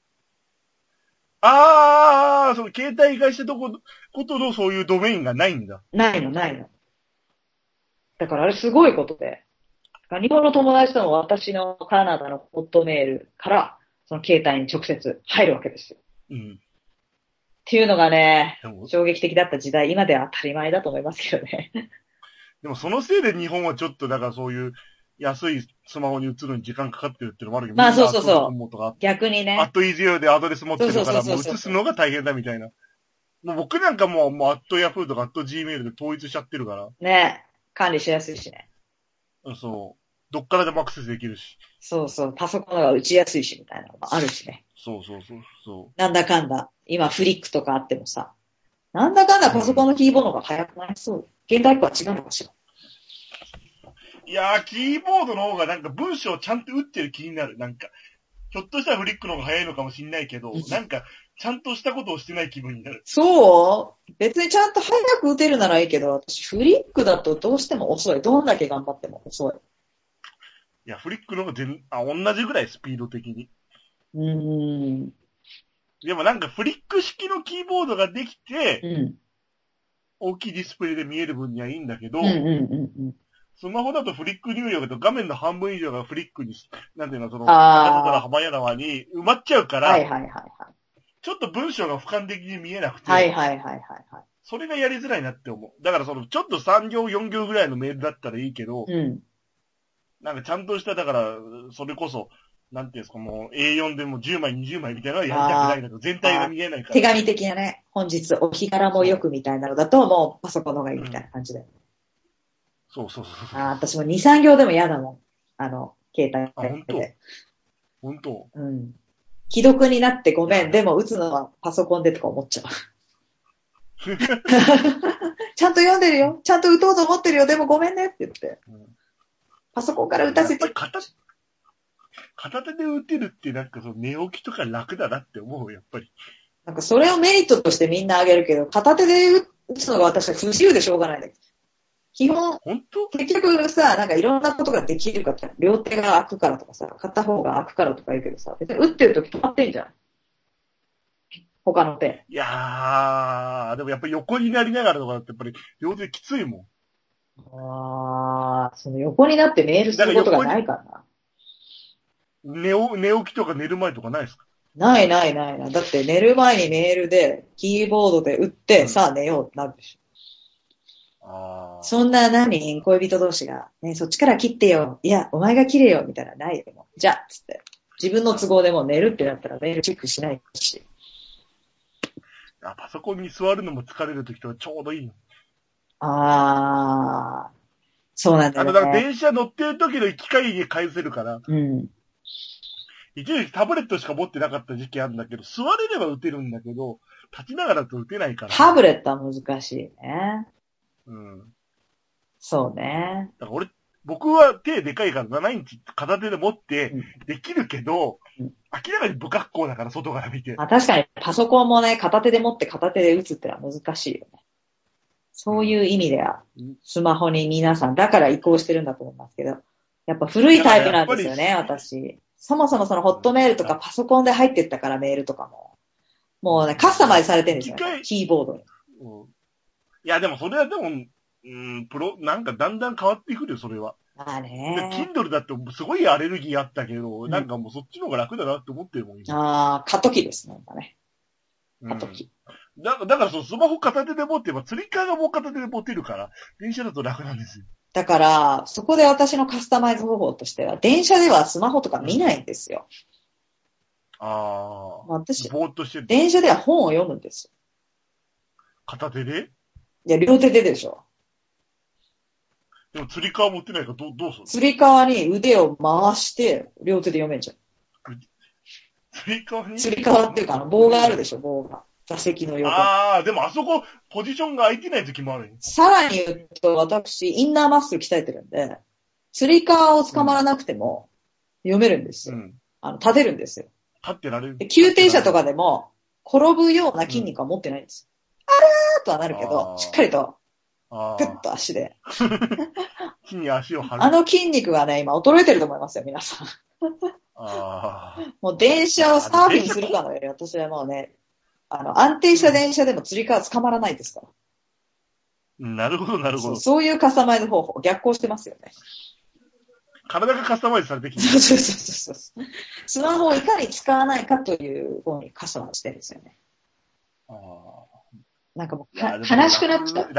その携帯会社ことのそういうドメインがないんだ。 ないの。だからあれすごいことで。日本の友達とも私のカナダのホットメールから、その携帯に直接入るわけですよ。 うん。 っていうのがね、衝撃的だった時代、今では当たり前だと思いますけどね。 でもそのせいで日本はちょっとだからそういう安いスマホに移るのに時間かかってるっていうのもあるけど、 まあそう。逆にね。 イージーでアドレス持ってるからもう移すのが大変だみたいな。もう僕なんかもうヤフーとかGmailで統一しちゃってるから。 ね。管理しやすいしね。 そう。どっからでもアクセスできるし。 そう。パソコンが打ちやすいしみたいなのもあるしね。 そう。 なんだかんだ。今フリックとかあってもさ。なんだかんだパソコンのキーボードが早くない？そう。現代っ子は違うのかしら。 いやー、キーボードの方がなんか文章をちゃんと打ってる気になる。なんか、ひょっとしたらフリックの方が早いのかもしんないけど、なんか、ちゃんとしたことをしてない気分になる。 そう別にちゃんと早く打てるならいいけど、私フリックだとどうしても遅い。どんだけ頑張っても遅い。 いや、フリックの方が同じぐらいスピード的に。でもなんかフリック式のキーボードができて、大きいディスプレイで見える分にはいいんだけど、スマホだとフリック入力と画面の半分以上がフリックに、なんていうの、その、後から幅や縄に埋まっちゃうから、ちょっと文章が俯瞰的に見えなくて、それがやりづらいなって思う。だからその、ちょっと3行4行ぐらいのメールだったらいいけど、なんかちゃんとした、だから、それこそ、なんていうんですか、もう A4 でも10枚20枚みたいなのはやりたくないんだけど、全体が見えないから。 手紙的なね、本日お日柄もよくみたいなのだと、もうパソコンの方がいいみたいな感じで。 そう。 私も2、3行でも嫌だもん。携帯で。 本当。 既読になってごめん、でも打つのはパソコンでとか思っちゃう。ちゃんと読んでるよ。ちゃんと打とうと思ってるよ。でもごめんねって言って。パソコンから打たせて。 片手で打てるってなんかその寝起きとか楽だなって思う、やっぱり。 なんかそれをメリットとしてみんなあげるけど、片手で打つのが私は不自由でしょうがないんだけど。基本、結局さ、なんかいろんなことができるから、両手が開くからとかさ、片方が開くからとか言うけどさ、別に打ってるとき止まってんじゃん。他の手。 いやー、でもやっぱり横になりながらとかだってやっぱり両手きついもん。 その横になってメールすることがないからな。 寝起きとか寝る前とかないですか？ ない。だって寝る前にメールで、キーボードで打って、さあ寝ようってなるでしょ。そんな恋人同士が、ね、そっちから切ってよ。いや、お前が切れよ。みたいなのないよ。じゃあ、つって。自分の都合でもう寝るってなったらメールチェックしないし。 パソコンに座るのも疲れるときとはちょうどいいの。 そうなんだよね。 だから電車乗ってる時の機械に返せるから。一時タブレットしか持ってなかった時期あるんだけど、座れれば打てるんだけど、立ちながらと打てないから。 タブレットは難しいね。そうね。 だから僕は手でかいから7インチ片手で持ってできるけど、明らかに不格好だから外から見て。 確かにパソコンもね、片手で持って片手で打つってのは難しいよね。そういう意味では、スマホに皆さん、だから移行してるんだと思いますけど、やっぱ古いタイプなんですよね、私。そもそもそのホットメールとかパソコンで入ってったからメールとかも。もうね、カスタマイズされてるんですよ、ね、キーボードに。 いや、でもそれはでも、なんかだんだん変わってくるよ、それは。Kindle だってすごいアレルギーあったけど、なんかもうそっちの方が楽だなって思ってるもん。 過渡期ですね、ね。過渡期。 だからスマホ片手で持ってば、釣り革がもう片手で持てるから、電車だと楽なんですよ。 だから、そこで私のカスタマイズ方法としては、電車ではスマホとか見ないんですよ。 ああ。 私、 ぼーっとしてる。 電車では本を読むんですよ。 片手で？ いや、両手ででしょ。 でも釣り革持ってないからどうする？ 釣り革に腕を回して、両手で読めんじゃん。 釣り革に？ 釣り革っていうか、棒があるでしょ、棒が。座席の横に。 ああ、でもあそこ、ポジションが空いてない時もあるよ。 さらに言うと、私、インナーマッスル鍛えてるんで、釣り革を捕まらなくても、読めるんですよ。立てるんですよ。 立ってられる。 で、急停車とかでも、転ぶような筋肉は持ってないんです。あらーとはなるけど、しっかりと、プッと足で。 木に足を張る。 あの筋肉がね、今衰えてると思いますよ、皆さん。もう電車をサーフィンするかのように、私はもうね、安定した電車でも釣り革捕まらないですから。 なるほど、なるほど。 そういうカスタマイズ方法、逆行してますよね。 体がカスタマイズされてきてる。 そう。スマホをいかに使わないかという方にカスタマイズしてるんですよね。なんかもう、悲しくなっちゃう。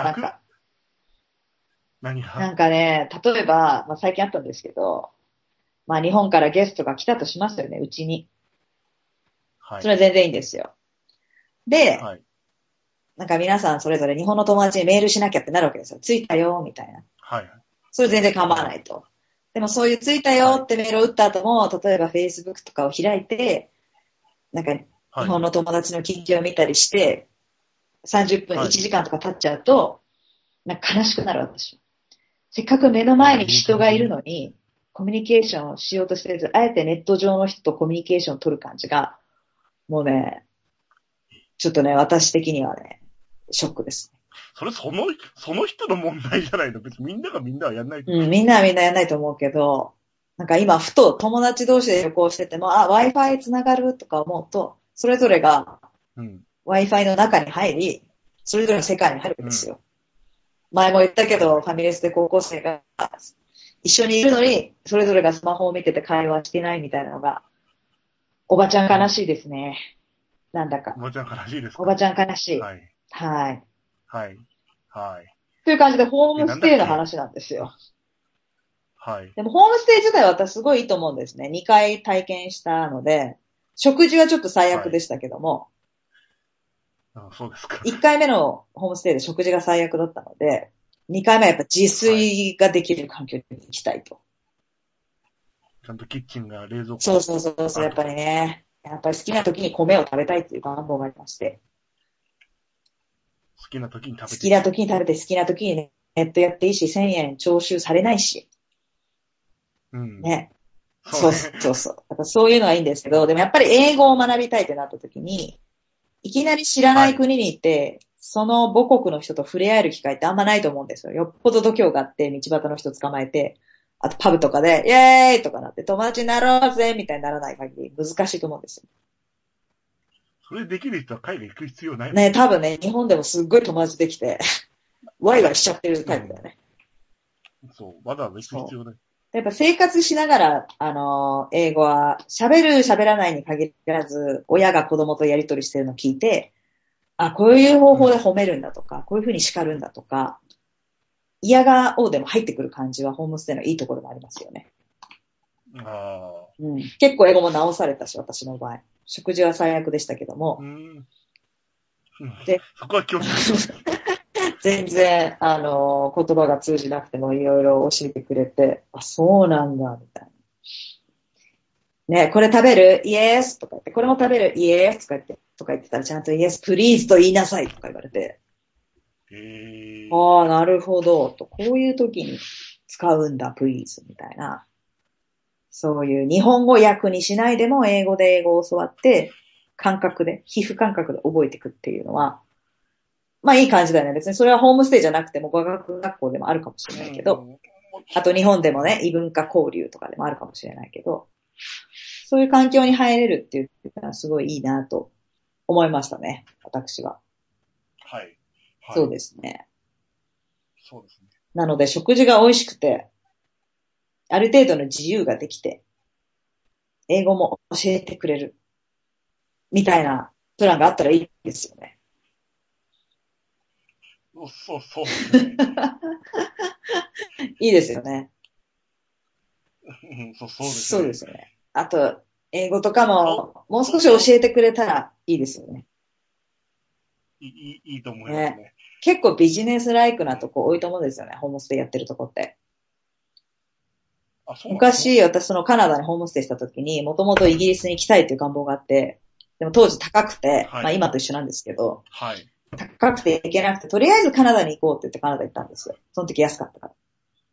何が？ なんかね、例えば、最近あったんですけど、日本からゲストが来たとしますよね、うちに。はい。それは全然いいんですよ。で、はい、なんか皆さんそれぞれ日本の友達にメールしなきゃってなるわけですよ。着いたよ、みたいな。はい。それ全然構わないと。でもそういう着いたよってメールを打った後も、例えば Facebook とかを開いて、なんか日本の友達の近況を見たりして、30分、1時間とか経っちゃうと、なんか悲しくなる私。せっかく目の前に人がいるのに、コミュニケーションをしようとしてる、あえてネット上の人とコミュニケーションを取る感じが、もうね、ちょっとね、私的にはね、ショックです。 その人の問題じゃないの？別にみんなはやんないと。 みんなはやんないと思うけど、なんか今、ふと友達同士で旅行してても、Wi-Fi つながるとか思うと、それぞれが、Wi-Fi の中に入り、それぞれの世界に入るわけですよ。前も言ったけど、ファミレスで高校生が一緒にいるのに、それぞれがスマホを見てて会話してないみたいなのが、おばちゃん悲しいですね。なんだか。 おばちゃん悲しいですか？ おばちゃん悲しい。 はい。 はい。 はい。はい。 という感じで、ホームステイの話なんですよ。 はい。 でも、ホームステイ自体は私すごいいいと思うんですね。2回体験したので、食事はちょっと最悪でしたけども、 そうですか。 1回目のホームステイで食事が最悪だったので、2回目はやっぱ自炊ができる環境に行きたいと。 ちゃんとキッチンが冷蔵庫。 そう、やっぱりね。やっぱり好きな時に米を食べたいっていう願望がありまして。 好きな時に食べて。 好きな時に食べて、好きな時にネットやっていいし、1000円徴収されないし。ね。そう。やっぱそういうのはいいんですけど、でもやっぱり英語を学びたいってなった時に、いきなり知らない国に行って、その母国の人と触れ合える機会ってあんまないと思うんですよ。よっぽど度胸があって、道端の人捕まえて、あとパブとかで、イェーイとかなって、友達になろうぜみたいにならない限り難しいと思うんですよ。 それできる人は海外行く必要ないね、多分ね、日本でもすっごい友達できて、ワイワイしちゃってるタイプだよね。 そう、まだ行く必要ない。 やっぱ生活しながら、英語は喋らないに限らず、親が子供とやり取りしてるのを聞いて、こういう方法で褒めるんだとか、こういうふうに叱るんだとか、嫌がおうでも入ってくる感じはホームステイのいいところもありますよね。結構英語も直されたし、私の場合。食事は最悪でしたけども。 でそこは気をつけて。 全然、言葉が通じなくてもいろいろ教えてくれて、そうなんだ、みたいな。ね、これ食べる？イエスとか言って、これも食べる？イエスとか言ってたら、ちゃんとイエスプリーズと言いなさいとか言われて。なるほど。と、こういう時に使うんだ、プリーズみたいな。そういう日本語訳にしないでも英語で英語を教わって、皮膚感覚で覚えていくっていうのは、いい感じだよね。別にそれはホームステイじゃなくても語学学校でもあるかもしれないけど、あと日本でもね、異文化交流とかでもあるかもしれないけど、そういう環境に入れるっていうのはすごいいいなと思いましたね、私は。 はい。 そうですね。 そうですね。 なので食事が美味しくて、ある程度の自由ができて、英語も教えてくれる。みたいなプランがあったらいいですよね。 そうですね。 いいですよね。 そうですね。 そうですよね。あと、英語とかも、 もう少し教えてくれたらいいですよね。 いいと思いますね。 結構ビジネスライクなとこ多いと思うんですよね、ホームステイやってるとこって。昔、私そのカナダにホームステイした時に、もともとイギリスに行きたいっていう願望があって、でも当時高くて、はい、まあ今と一緒なんですけど、はい、高くて行けなくて、とりあえずカナダに行こうって言ってカナダ行ったんですよ。その時安かったから。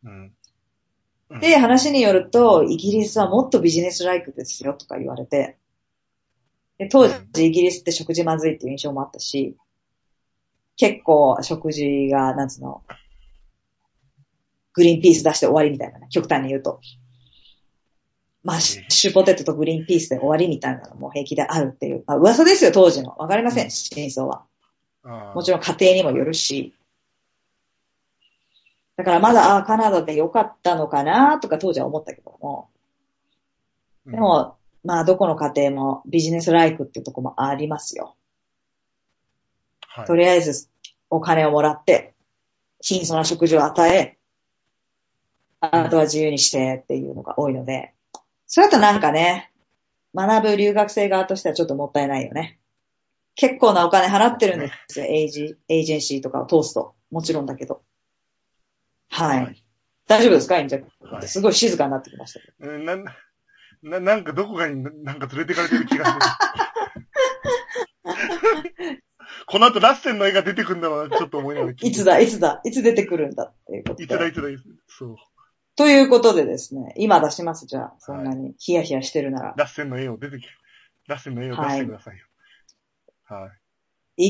で、話によると、イギリスはもっとビジネスライクですよとか言われて、で当時イギリスって食事まずいっていう印象もあったし、結構食事が、なんつうの、グリーンピース出して終わりみたいなね、極端に言うと。マッシュポテトとグリーンピースで終わりみたいなのも平気であるっていう。まあ、噂ですよ、当時の。わかりません、真相は。もちろん家庭にもよるし。だからまだ、カナダで良かったのかなとか当時は思ったけども。でも、まあ、どこの家庭もビジネスライクっていうところもありますよ。はい、とりあえず、お金をもらって、貧相な食事を与え、あとは自由にしてっていうのが多いので、それだとなんかね、学ぶ留学生側としてはちょっともったいないよね。結構なお金払ってるんですよ、エージェンシーとかを通すと。もちろんだけど。はい。はい、大丈夫ですか、インジャク、はい、すごい静かになってきましたけど。 なんかどこかになんか連れてかれてる気がする。この後ラッセンの絵が出てくるんだろうな、ちょっと思いながら。 いつ出てくるんだっていうことで。 いつだ。そう。 ということでですね、今出します、じゃあ、そんなにヒヤヒヤしてるなら。 ラッセンの絵を出してくださいよ。はい。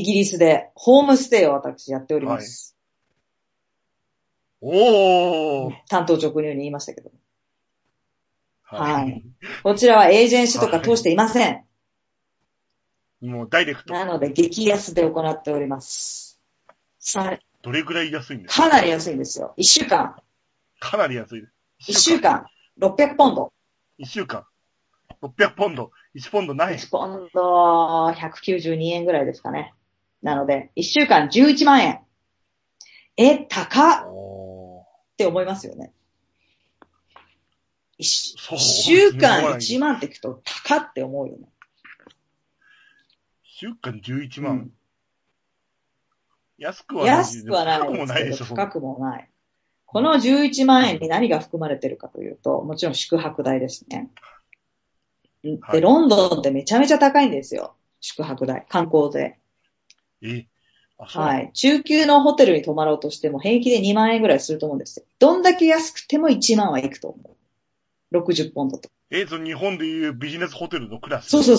イギリスでホームステイを私やっております。 はい、おー。 担当直入に言いましたけど。はい。こちらはエージェンシーとか通していません。はい、 もうダイレクト。 なので、激安で行っております。 どれくらい安いんですか？ かなり安いんですよ。1週間。 かなり安いです。 1週間。600ポンド。 1週間。600ポンド。1ポンドない。 1ポンド192円ぐらいですかね。なので、1週間11万円。高っって思いますよね。1週間1万って聞くと高って思うよね。 1週間11万。安くはないですけど、高くもない。この11万円に何が含まれてるかというと、もちろん宿泊代ですね。で、ロンドンってめちゃめちゃ高いんですよ。宿泊代。観光税。はい。中級のホテルに泊まろうとしても平気で2万円ぐらいすると思うんですよ。どんだけ安くても1万はいくと思う。60ポンドと。 その日本でいうビジネスホテルのクラス。 そう。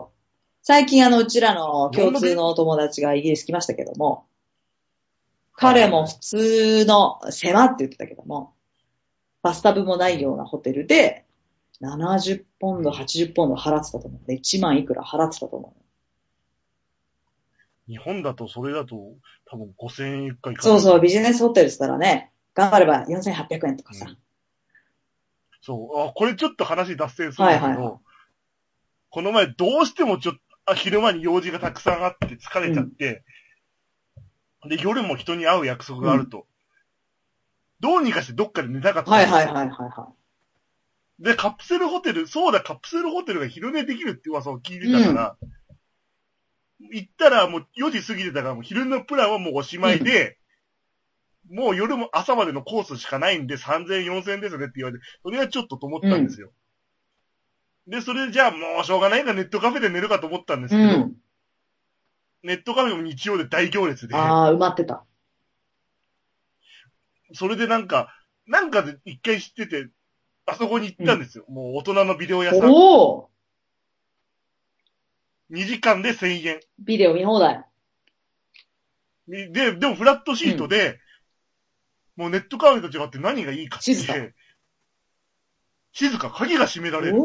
最近うちらの共通の友達がイギリス来ましたけども、彼も普通の狭って言ってたけども、バスタブもないようなホテルで、70ポンド、80ポンド払ってたと思う。で、1万いくら払ってたと思う。 日本だと、それだと、多分5000円いくかいかない。そう、ビジネスホテルしたらね、頑張れば4800円とかさ。 そう、これちょっと話脱線するんだけど、この前どうしても昼間に用事がたくさんあって疲れちゃって、で、夜も人に会う約束があると。どうにかしてどっかで寝たかったんですよ。 はい。 で、カプセルホテルが昼寝できるって噂を聞いてたから、行ったらもう4時過ぎてたからもう昼のプランはもうおしまいで、もう夜も朝までのコースしかないんで3000円4000円ですねって言われて、それはちょっとと思ったんですよ。で、それでじゃあもうしょうがないからネットカフェで寝るかと思ったんですけど、ネットカフェも日曜で大行列で。 埋まってた。 それでなんかで一回知ってて、あそこに行ったんですよ。もう大人のビデオ屋さん。2時間で1000円。 ビデオ見放題。 でもフラットシートで、もうネットカフェと違って何がいいかって。静か。鍵が閉められる。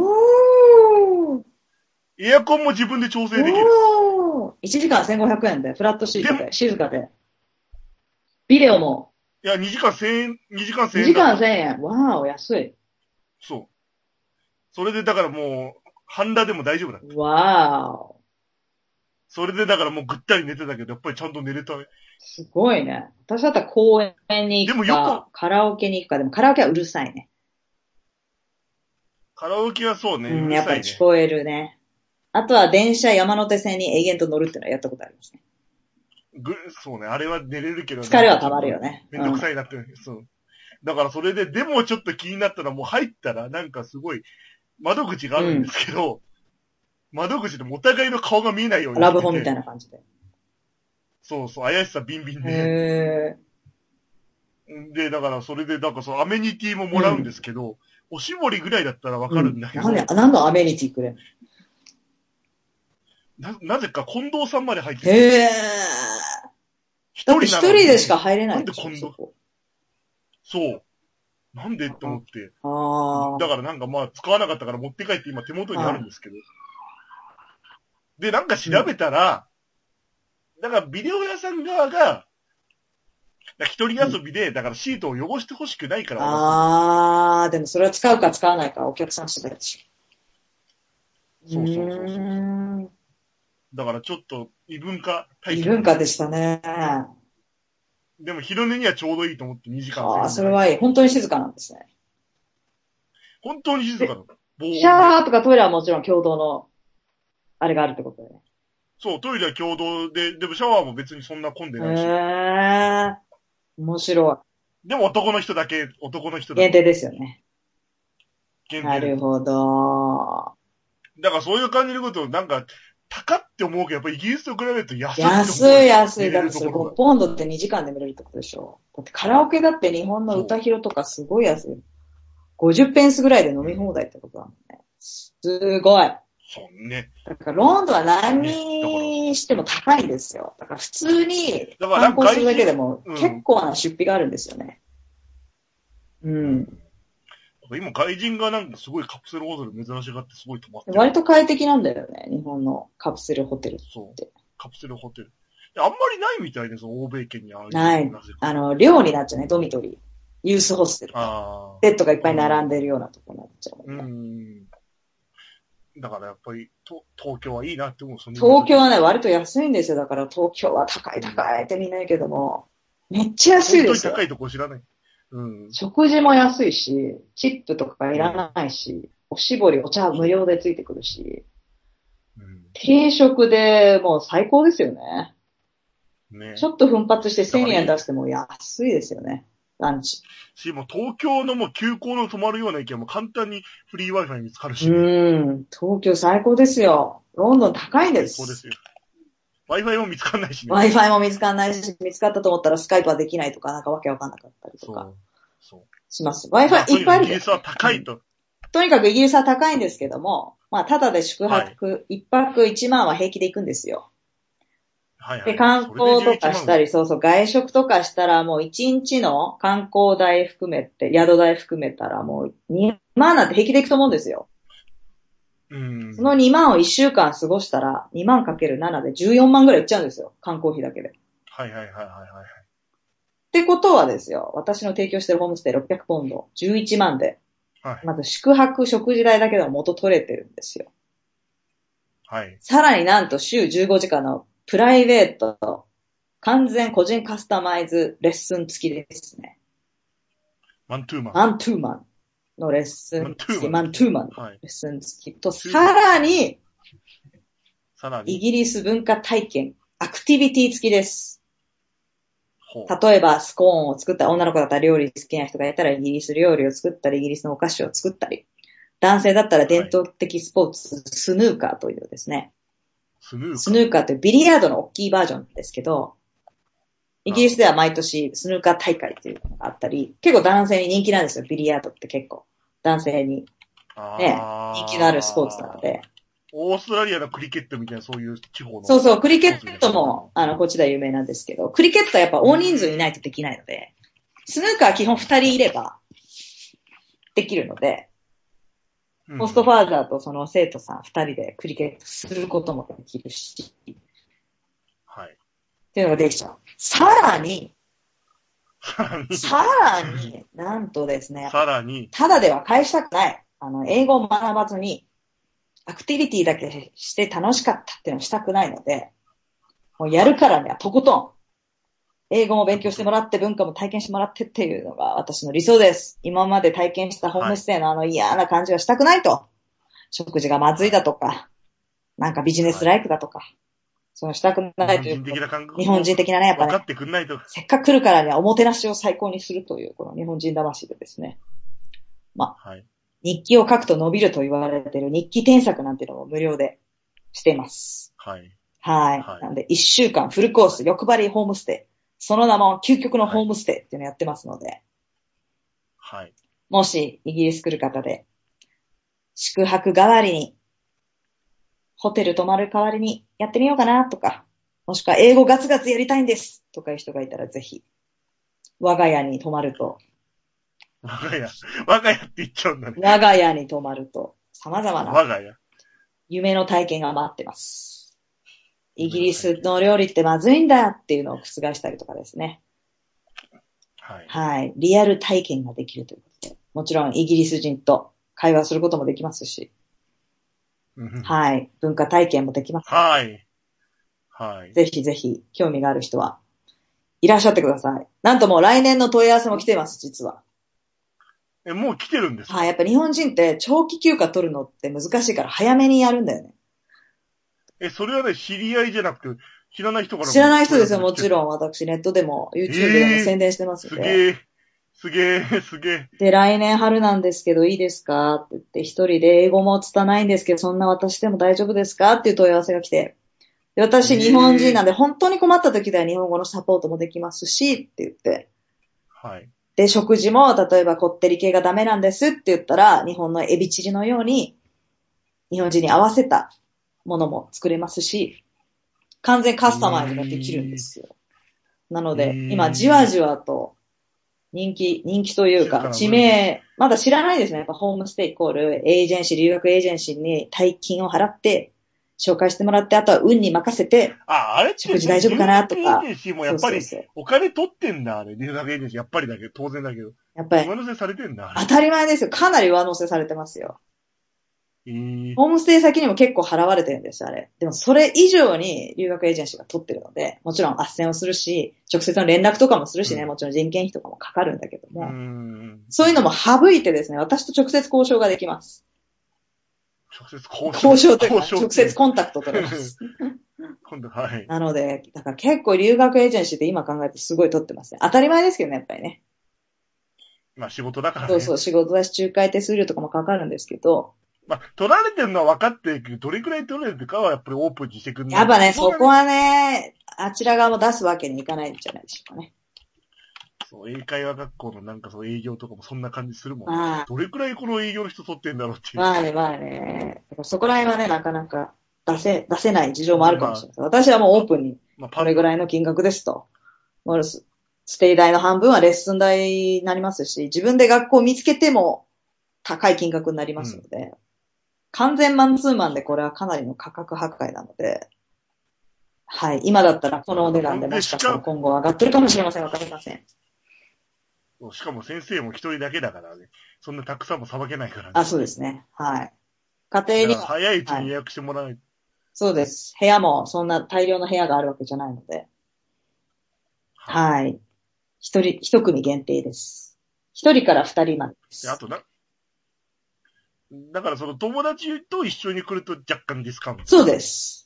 エアコンも自分で調整できる。 1時間1500円で、フラットシートで、静かで。ビデオも。 いや、2時間1000円。2時間1000円。 2時間1000円。わーお、安い。 そう。それでだからもう、半裸でも大丈夫だった。 わーお。 それでだからもうぐったり寝てたけど、やっぱりちゃんと寝れたね。 すごいね。私だったら公園に行くか、カラオケに行くか、でもカラオケはうるさいね。 カラオケはそうね、うるさいね。 やっぱり聞こえるね。 あとは電車山手線に永遠と乗るっていうのはやったことありますね。 そうね、あれは寝れるけど、 疲れは溜まるよね。 めんどくさいなって、そう。だからそれで、でもちょっと気になったらもう入ったらなんかすごい窓口があるんですけど、窓口でもお互いの顔が見えないようにラブホみたいな感じで。 そうそう、怪しさビンビンで。 へで、だからそれで、なんかそのアメニティももらうんですけど、おしぼりぐらいだったらわかるんだけど。 なんのアメニティくれんなぜか近藤さんまで入ってる。 へぇー。だって一人でしか入れないでしょ。 なんで近藤そう。なんでって思って。だからなんかまあ使わなかったから持って帰って今手元にあるんですけど。で、なんか調べたら、だからビデオ屋さん側が、一人遊びで、だからシートを汚してほしくないからでもそれは使うか使わないかお客さん次第でしょ。そう。だからちょっと異文化体験。異文化でしたね。 でも昼寝にはちょうどいいと思って2時間。 それはいい。本当に静かなんですね。 本当に静かだ。 シャワーとかトイレはもちろん共同の、あれがあるってことだよね。 そう、トイレは共同で、でもシャワーも別にそんな混んでないし。 面白い。でも男の人だけ。 限定ですよね。 限定。 なるほど。 だからそういう感じのことをなんか、高って思うけど、やっぱイギリスと比べると安い。 安い。だってそれ5ポンドって2時間で見れるってことでしょ。だってカラオケだって日本の歌広とかすごい安い。50ペンスぐらいで飲み放題ってことだもんね。すごい。 そうね。 だからロンドンは何にしても高いんですよ。だから普通に観光するだけでも結構な出費があるんですよね。 今外人がなんかすごいカプセルホテル珍しがってすごい泊まってる。 割と快適なんだよね、日本のカプセルホテルって。 そう。カプセルホテル。あんまりないみたいです、欧米圏にある。 ない。寮になっちゃうね、ドミトリー。ユースホステル。ベッドがいっぱい並んでるようなところになっちゃう、ね。 だからやっぱり、東京はいいなって思う。 東京はね、割と安いんですよ。だから東京は高いってみんな言うけども、めっちゃ安いですよ。 本当に高いとこ知らない。 食事も安いし、チップとかいらないし、おしぼり、お茶無料でついてくるし、定食でもう最高ですよね。ちょっと奮発して1000円出しても安いですよね。ランチ。 もう東京のもう急行の止まるような駅はもう簡単にフリー Wi-Fi 見つかるし、 東京最高ですよ。ロンドン高いです。 そうですよ。Wi-Fi も見つかんないしね。Wi-Fi も見つかんないし、見つかったと思ったらスカイプはできないとか、なんかわけわかんなかったりとか。します。Wi-Fi いっぱいある。 イギリスは高いと。 とにかくイギリスは高いんですけども、まあ、ただで宿泊、一泊1万は平気で行くんですよ。で、観光とかしたり、外食とかしたらもう1日の観光代含めて、宿代含めたらもう2万なんて平気で行くと思うんですよ。その2万を1週間過ごしたら、2万かける7で14万ぐらいいっちゃうんですよ。観光費だけで。ってことはですよ、私の提供してるホームステイ600ポンド、11万で、まず宿泊、食事代だけでも元取れてるんですよ。さらになんと週15時間のプライベート、完全個人カスタマイズレッスン付きですね。 マントゥーマンのレッスン付き、マントゥーマンのレッスン付きと、さらに、イギリス文化体験、アクティビティ付きです。例えば、スコーンを作った女の子だったら料理好きな人がいたらイギリス料理を作ったり、イギリスのお菓子を作ったり、男性だったら伝統的スポーツ、スヌーカーというですね。スヌーカーというビリヤードの大きいバージョンですけど、イギリスでは毎年スヌーカー大会っていうのがあったり、結構男性に人気なんですよ、ビリヤードって結構。男性に、ね、人気のあるスポーツなので。 オーストラリアのクリケットみたいなそういう地方の。 そう、クリケットも、こっちでは有名なんですけど、クリケットはやっぱ大人数いないとできないので、スヌーカーは基本2人いればできるので、ホストファーザーとその生徒さん2人でクリケットすることもできるし、っていうのができちゃう。さらに、なんとですね、ただでは返したくない。英語を学ばずに、アクティビティだけして楽しかったっていうのをしたくないので、もうやるからにはとことん、英語も勉強してもらって文化も体験してもらってっていうのが私の理想です。今まで体験したホームステイの嫌な感じはしたくないと。食事がまずいだとか、 なんかビジネスライクだとか、そのしたくないという日本人的なね、やっぱね、 分かってくんないと。 せっかく来るからにはおもてなしを最高にするという、この日本人魂でですね。まあ、はい、日記を書くと伸びると言われている日記添削なんていうのも無料でしています。 はい。 はい。はい、なんで、1週間フルコース、欲張りホームステイ。その名も究極のホームステイっていうのをやってますので。 はい。 もし、イギリス来る方で、宿泊代わりに、ホテル泊まる代わりにやってみようかなとか、もしくは英語ガツガツやりたいんですとかいう人がいたらぜひ、我が家に泊まると。 我が家って言っちゃうんだね。 我が家に泊まると、様々な我が家夢の体験が待ってます。イギリスの料理ってまずいんだっていうのを覆したりとかですね。 はい。 はい。リアル体験ができるということで。もちろんイギリス人と会話することもできますし。はい。文化体験もできます。 はい。はい。 ぜひぜひ興味がある人はいらっしゃってください。なんともう来年の問い合わせも来てます、実は。 もう来てるんですか？ はい。やっぱ日本人って長期休暇取るのって難しいから早めにやるんだよね。 それはね、知り合いじゃなくて、知らない人からも。 知らない人ですよ、もちろん。私、ネットでも、YouTube でも宣伝してますので。 すげえ。 で、来年春なんですけど、いいですかって言って、一人で英語も拙いんですけど、そんな私でも大丈夫ですかっていう問い合わせが来て。で、私、日本人なんで、本当に困った時では日本語のサポートもできますし、って言って。 はい。 で、食事も、例えばこってり系がダメなんですって言ったら、日本のエビチリのように、日本人に合わせたものも作れますし、完全カスタマイズができるんですよ。なので、今、じわじわと人気というか、知名、まだ知らないですね。やっぱホームステイイコール、エージェンシー、留学エージェンシーに大金を払って、紹介してもらって、あとは運に任せて、 あれ食事大丈夫かなとか。 エージェンシーもやっぱり、お金取ってんだ、あれ。留学エージェンシー、やっぱりだけど、当然だけど。 やっぱり。 上乗せされてんだ。 当たり前ですよ。かなり上乗せされてますよ。ホームステイ先にも結構払われてるんです、あれ。でもそれ以上に留学エージェンシーが取ってるので、もちろん斡旋をするし、直接の連絡とかもするしね、もちろん人件費とかもかかるんだけども、そういうのも省いてですね、私と直接交渉ができます。交渉というか、直接コンタクト取れます。 はい。 なので、だから結構留学エージェンシーって今考えてすごい取ってますね。当たり前ですけどね、やっぱりね。 まあ仕事だからね。 そうそう、仕事だし、仲介手数料とかもかかるんですけど、 まあ、取られてるのは分かってるけど、どれくらい取られてるかはやっぱりオープンにしてくんない。 やっぱね、そこはね、あちら側も出すわけにいかないんじゃないでしょうかね。 そう、英会話学校のなんかそう営業とかもそんな感じするもん。どれくらいこの営業の人取ってんだろうっていう。 まあね。そこら辺はね、なかなか出せない事情もあるかもしれない。私はもうオープンに、これぐらいの金額ですと。ステイ代の半分はレッスン代になりますし、自分で学校を見つけても高い金額になりますので、完全マンツーマンでこれはかなりの価格破壊なので、はい。今だったらこのお値段でもしかしたら今後上がってるかもしれません。わかりません。 しかも先生も一人だけだからね。そんなたくさんもさばけないからね。 あ、そうですね。はい。家庭には。 早いうちに予約してもらえ、はい。 そうです。部屋もそんな大量の部屋があるわけじゃないので。はい。一組限定です。一人から二人までです。 あとだからその友達と一緒に来ると若干ディスカウント。 そうです。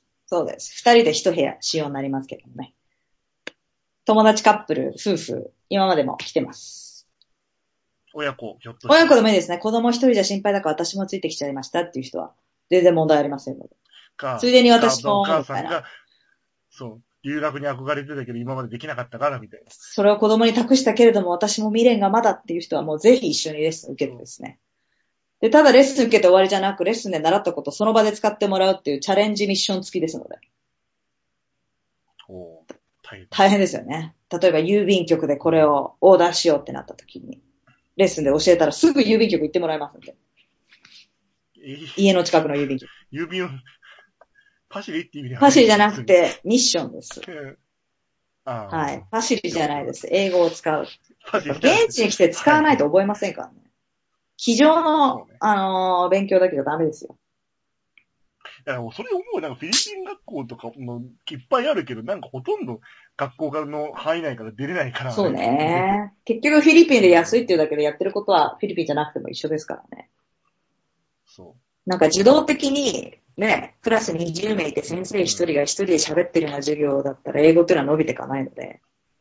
そうです。二人で一部屋使用になりますけどね。友達カップル、夫婦、今までも来てます。 親子、ひょっとして。 親子でもいいですね。子供一人じゃ心配だから私もついてきちゃいましたっていう人は、全然問題ありませんので。ついでに私も、 お母さんが、そう、留学に憧れてたけど今までできなかったから、みたいな。 それを子供に託したけれども私も未練がまだっていう人はもうぜひ一緒にレッスン受けてですね。で、ただレッスン受けて終わりじゃなく、レッスンで習ったことをその場で使ってもらうっていうチャレンジミッション付きですので。大変ですよね。例えば郵便局でこれをオーダーしようってなった時に、レッスンで教えたらすぐ郵便局行ってもらいますので。家の近くの郵便局。 パシリって意味ではパシリじゃなくて、ミッションです。 はい。パシリじゃないです。英語を使う。現地に来て使わないと覚えませんからね。机上の、勉強だけじゃダメですよ。 いや、それ思う。なんかフィリピン学校とかもいっぱいあるけど、なんかほとんど学校の範囲内から出れないから、ね。 そうね。結局フィリピンで安いっていうだけでやってることはフィリピンじゃなくても一緒ですからね。 そう。 なんか自動的にね、クラスに20名いて先生1人が1人で喋ってるような授業だったら英語っていうのは伸びていかないので、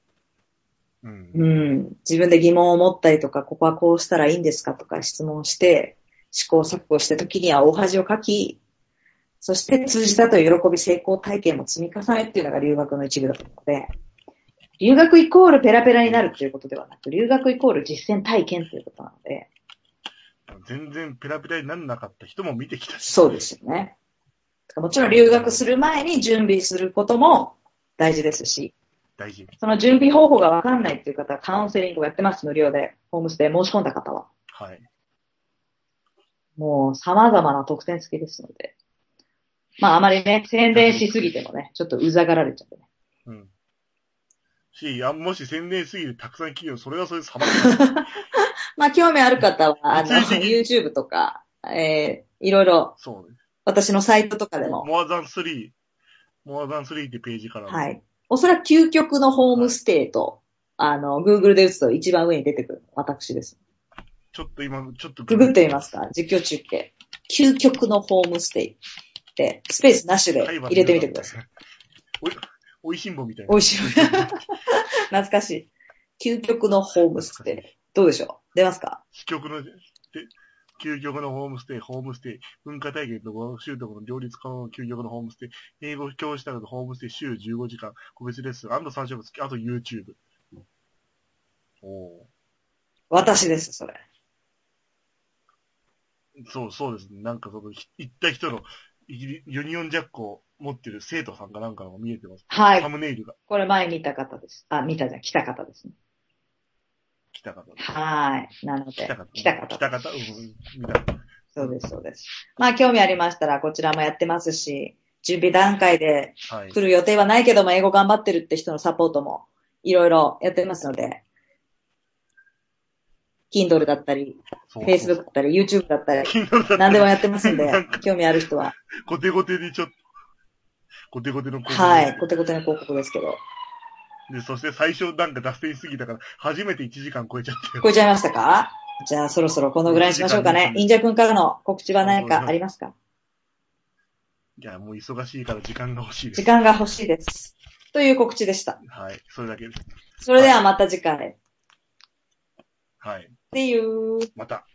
自分で疑問を持ったりとか、ここはこうしたらいいんですかとか質問して、試行錯誤した時には大恥をかき、そして通じたという喜び成功体験も積み重ねっていうのが留学の一部だと思うので、留学イコールペラペラになるっていうことではなく、留学イコール実践体験ということなので。 全然ペラペラにならなかった人も見てきたし。 そうですよね。もちろん留学する前に準備することも大事ですし、 大事。 その準備方法がわかんないっていう方はカウンセリングをやってます、無料で。ホームステイ申し込んだ方は。 はい。 もう様々な特典付きですので。まああまりね、宣伝しすぎてもね、ちょっとうざがられちゃうね。 もし宣伝しすぎてたくさん企業、それはそれで様まあ興味ある方は、YouTube とか、いろいろ、私のサイトとかでも。 More than 3ってページから。 はい。おそらく究極のホームステイと、Google で打つと一番上に出てくる私です。 ちょっとググってみますか？実況中継。究極のホームステイって、スペースなしで入れてみてください。 おいしんぼみたいな。 おいしんぼ。懐かしい。究極のホームステイ。どうでしょう？出ますか？ 究極のホームステイ、文化体験と語学習得の両立可能の究極のホームステイ、英語教師などのホームステイ週15時間、個別レッスン、3食付き、あと YouTube。 私です、それ。 そうですね。なんか行った人のユニオンジャックを持ってる生徒さんかなんかのが見えてます。 はい。 サムネイルが。 これ前見た方です。来た方ですね。 来た方。 はい。なので。来た方。 見た。 そうです、そうです。まあ、興味ありましたら、こちらもやってますし、準備段階で来る予定はないけども、英語頑張ってるって人のサポートもいろいろやってますので、Kindle だったり、Facebook だったり、YouTube だったり、何でもやってますんで、興味ある人は。 ゴテゴテの広告。 はい、ゴテゴテの広告ですけど。 で、そして最初なんか脱線しすぎたから、初めて1時間超えちゃって超えちゃいましたか？じゃあそろそろこのぐらいにしましょうかね。インジャ君からの告知は何かありますか？ いや、もう忙しいから時間が欲しいです。 時間が欲しいです。という告知でした。 はい、それだけです。 それではまた次回。 はい。 See you. また。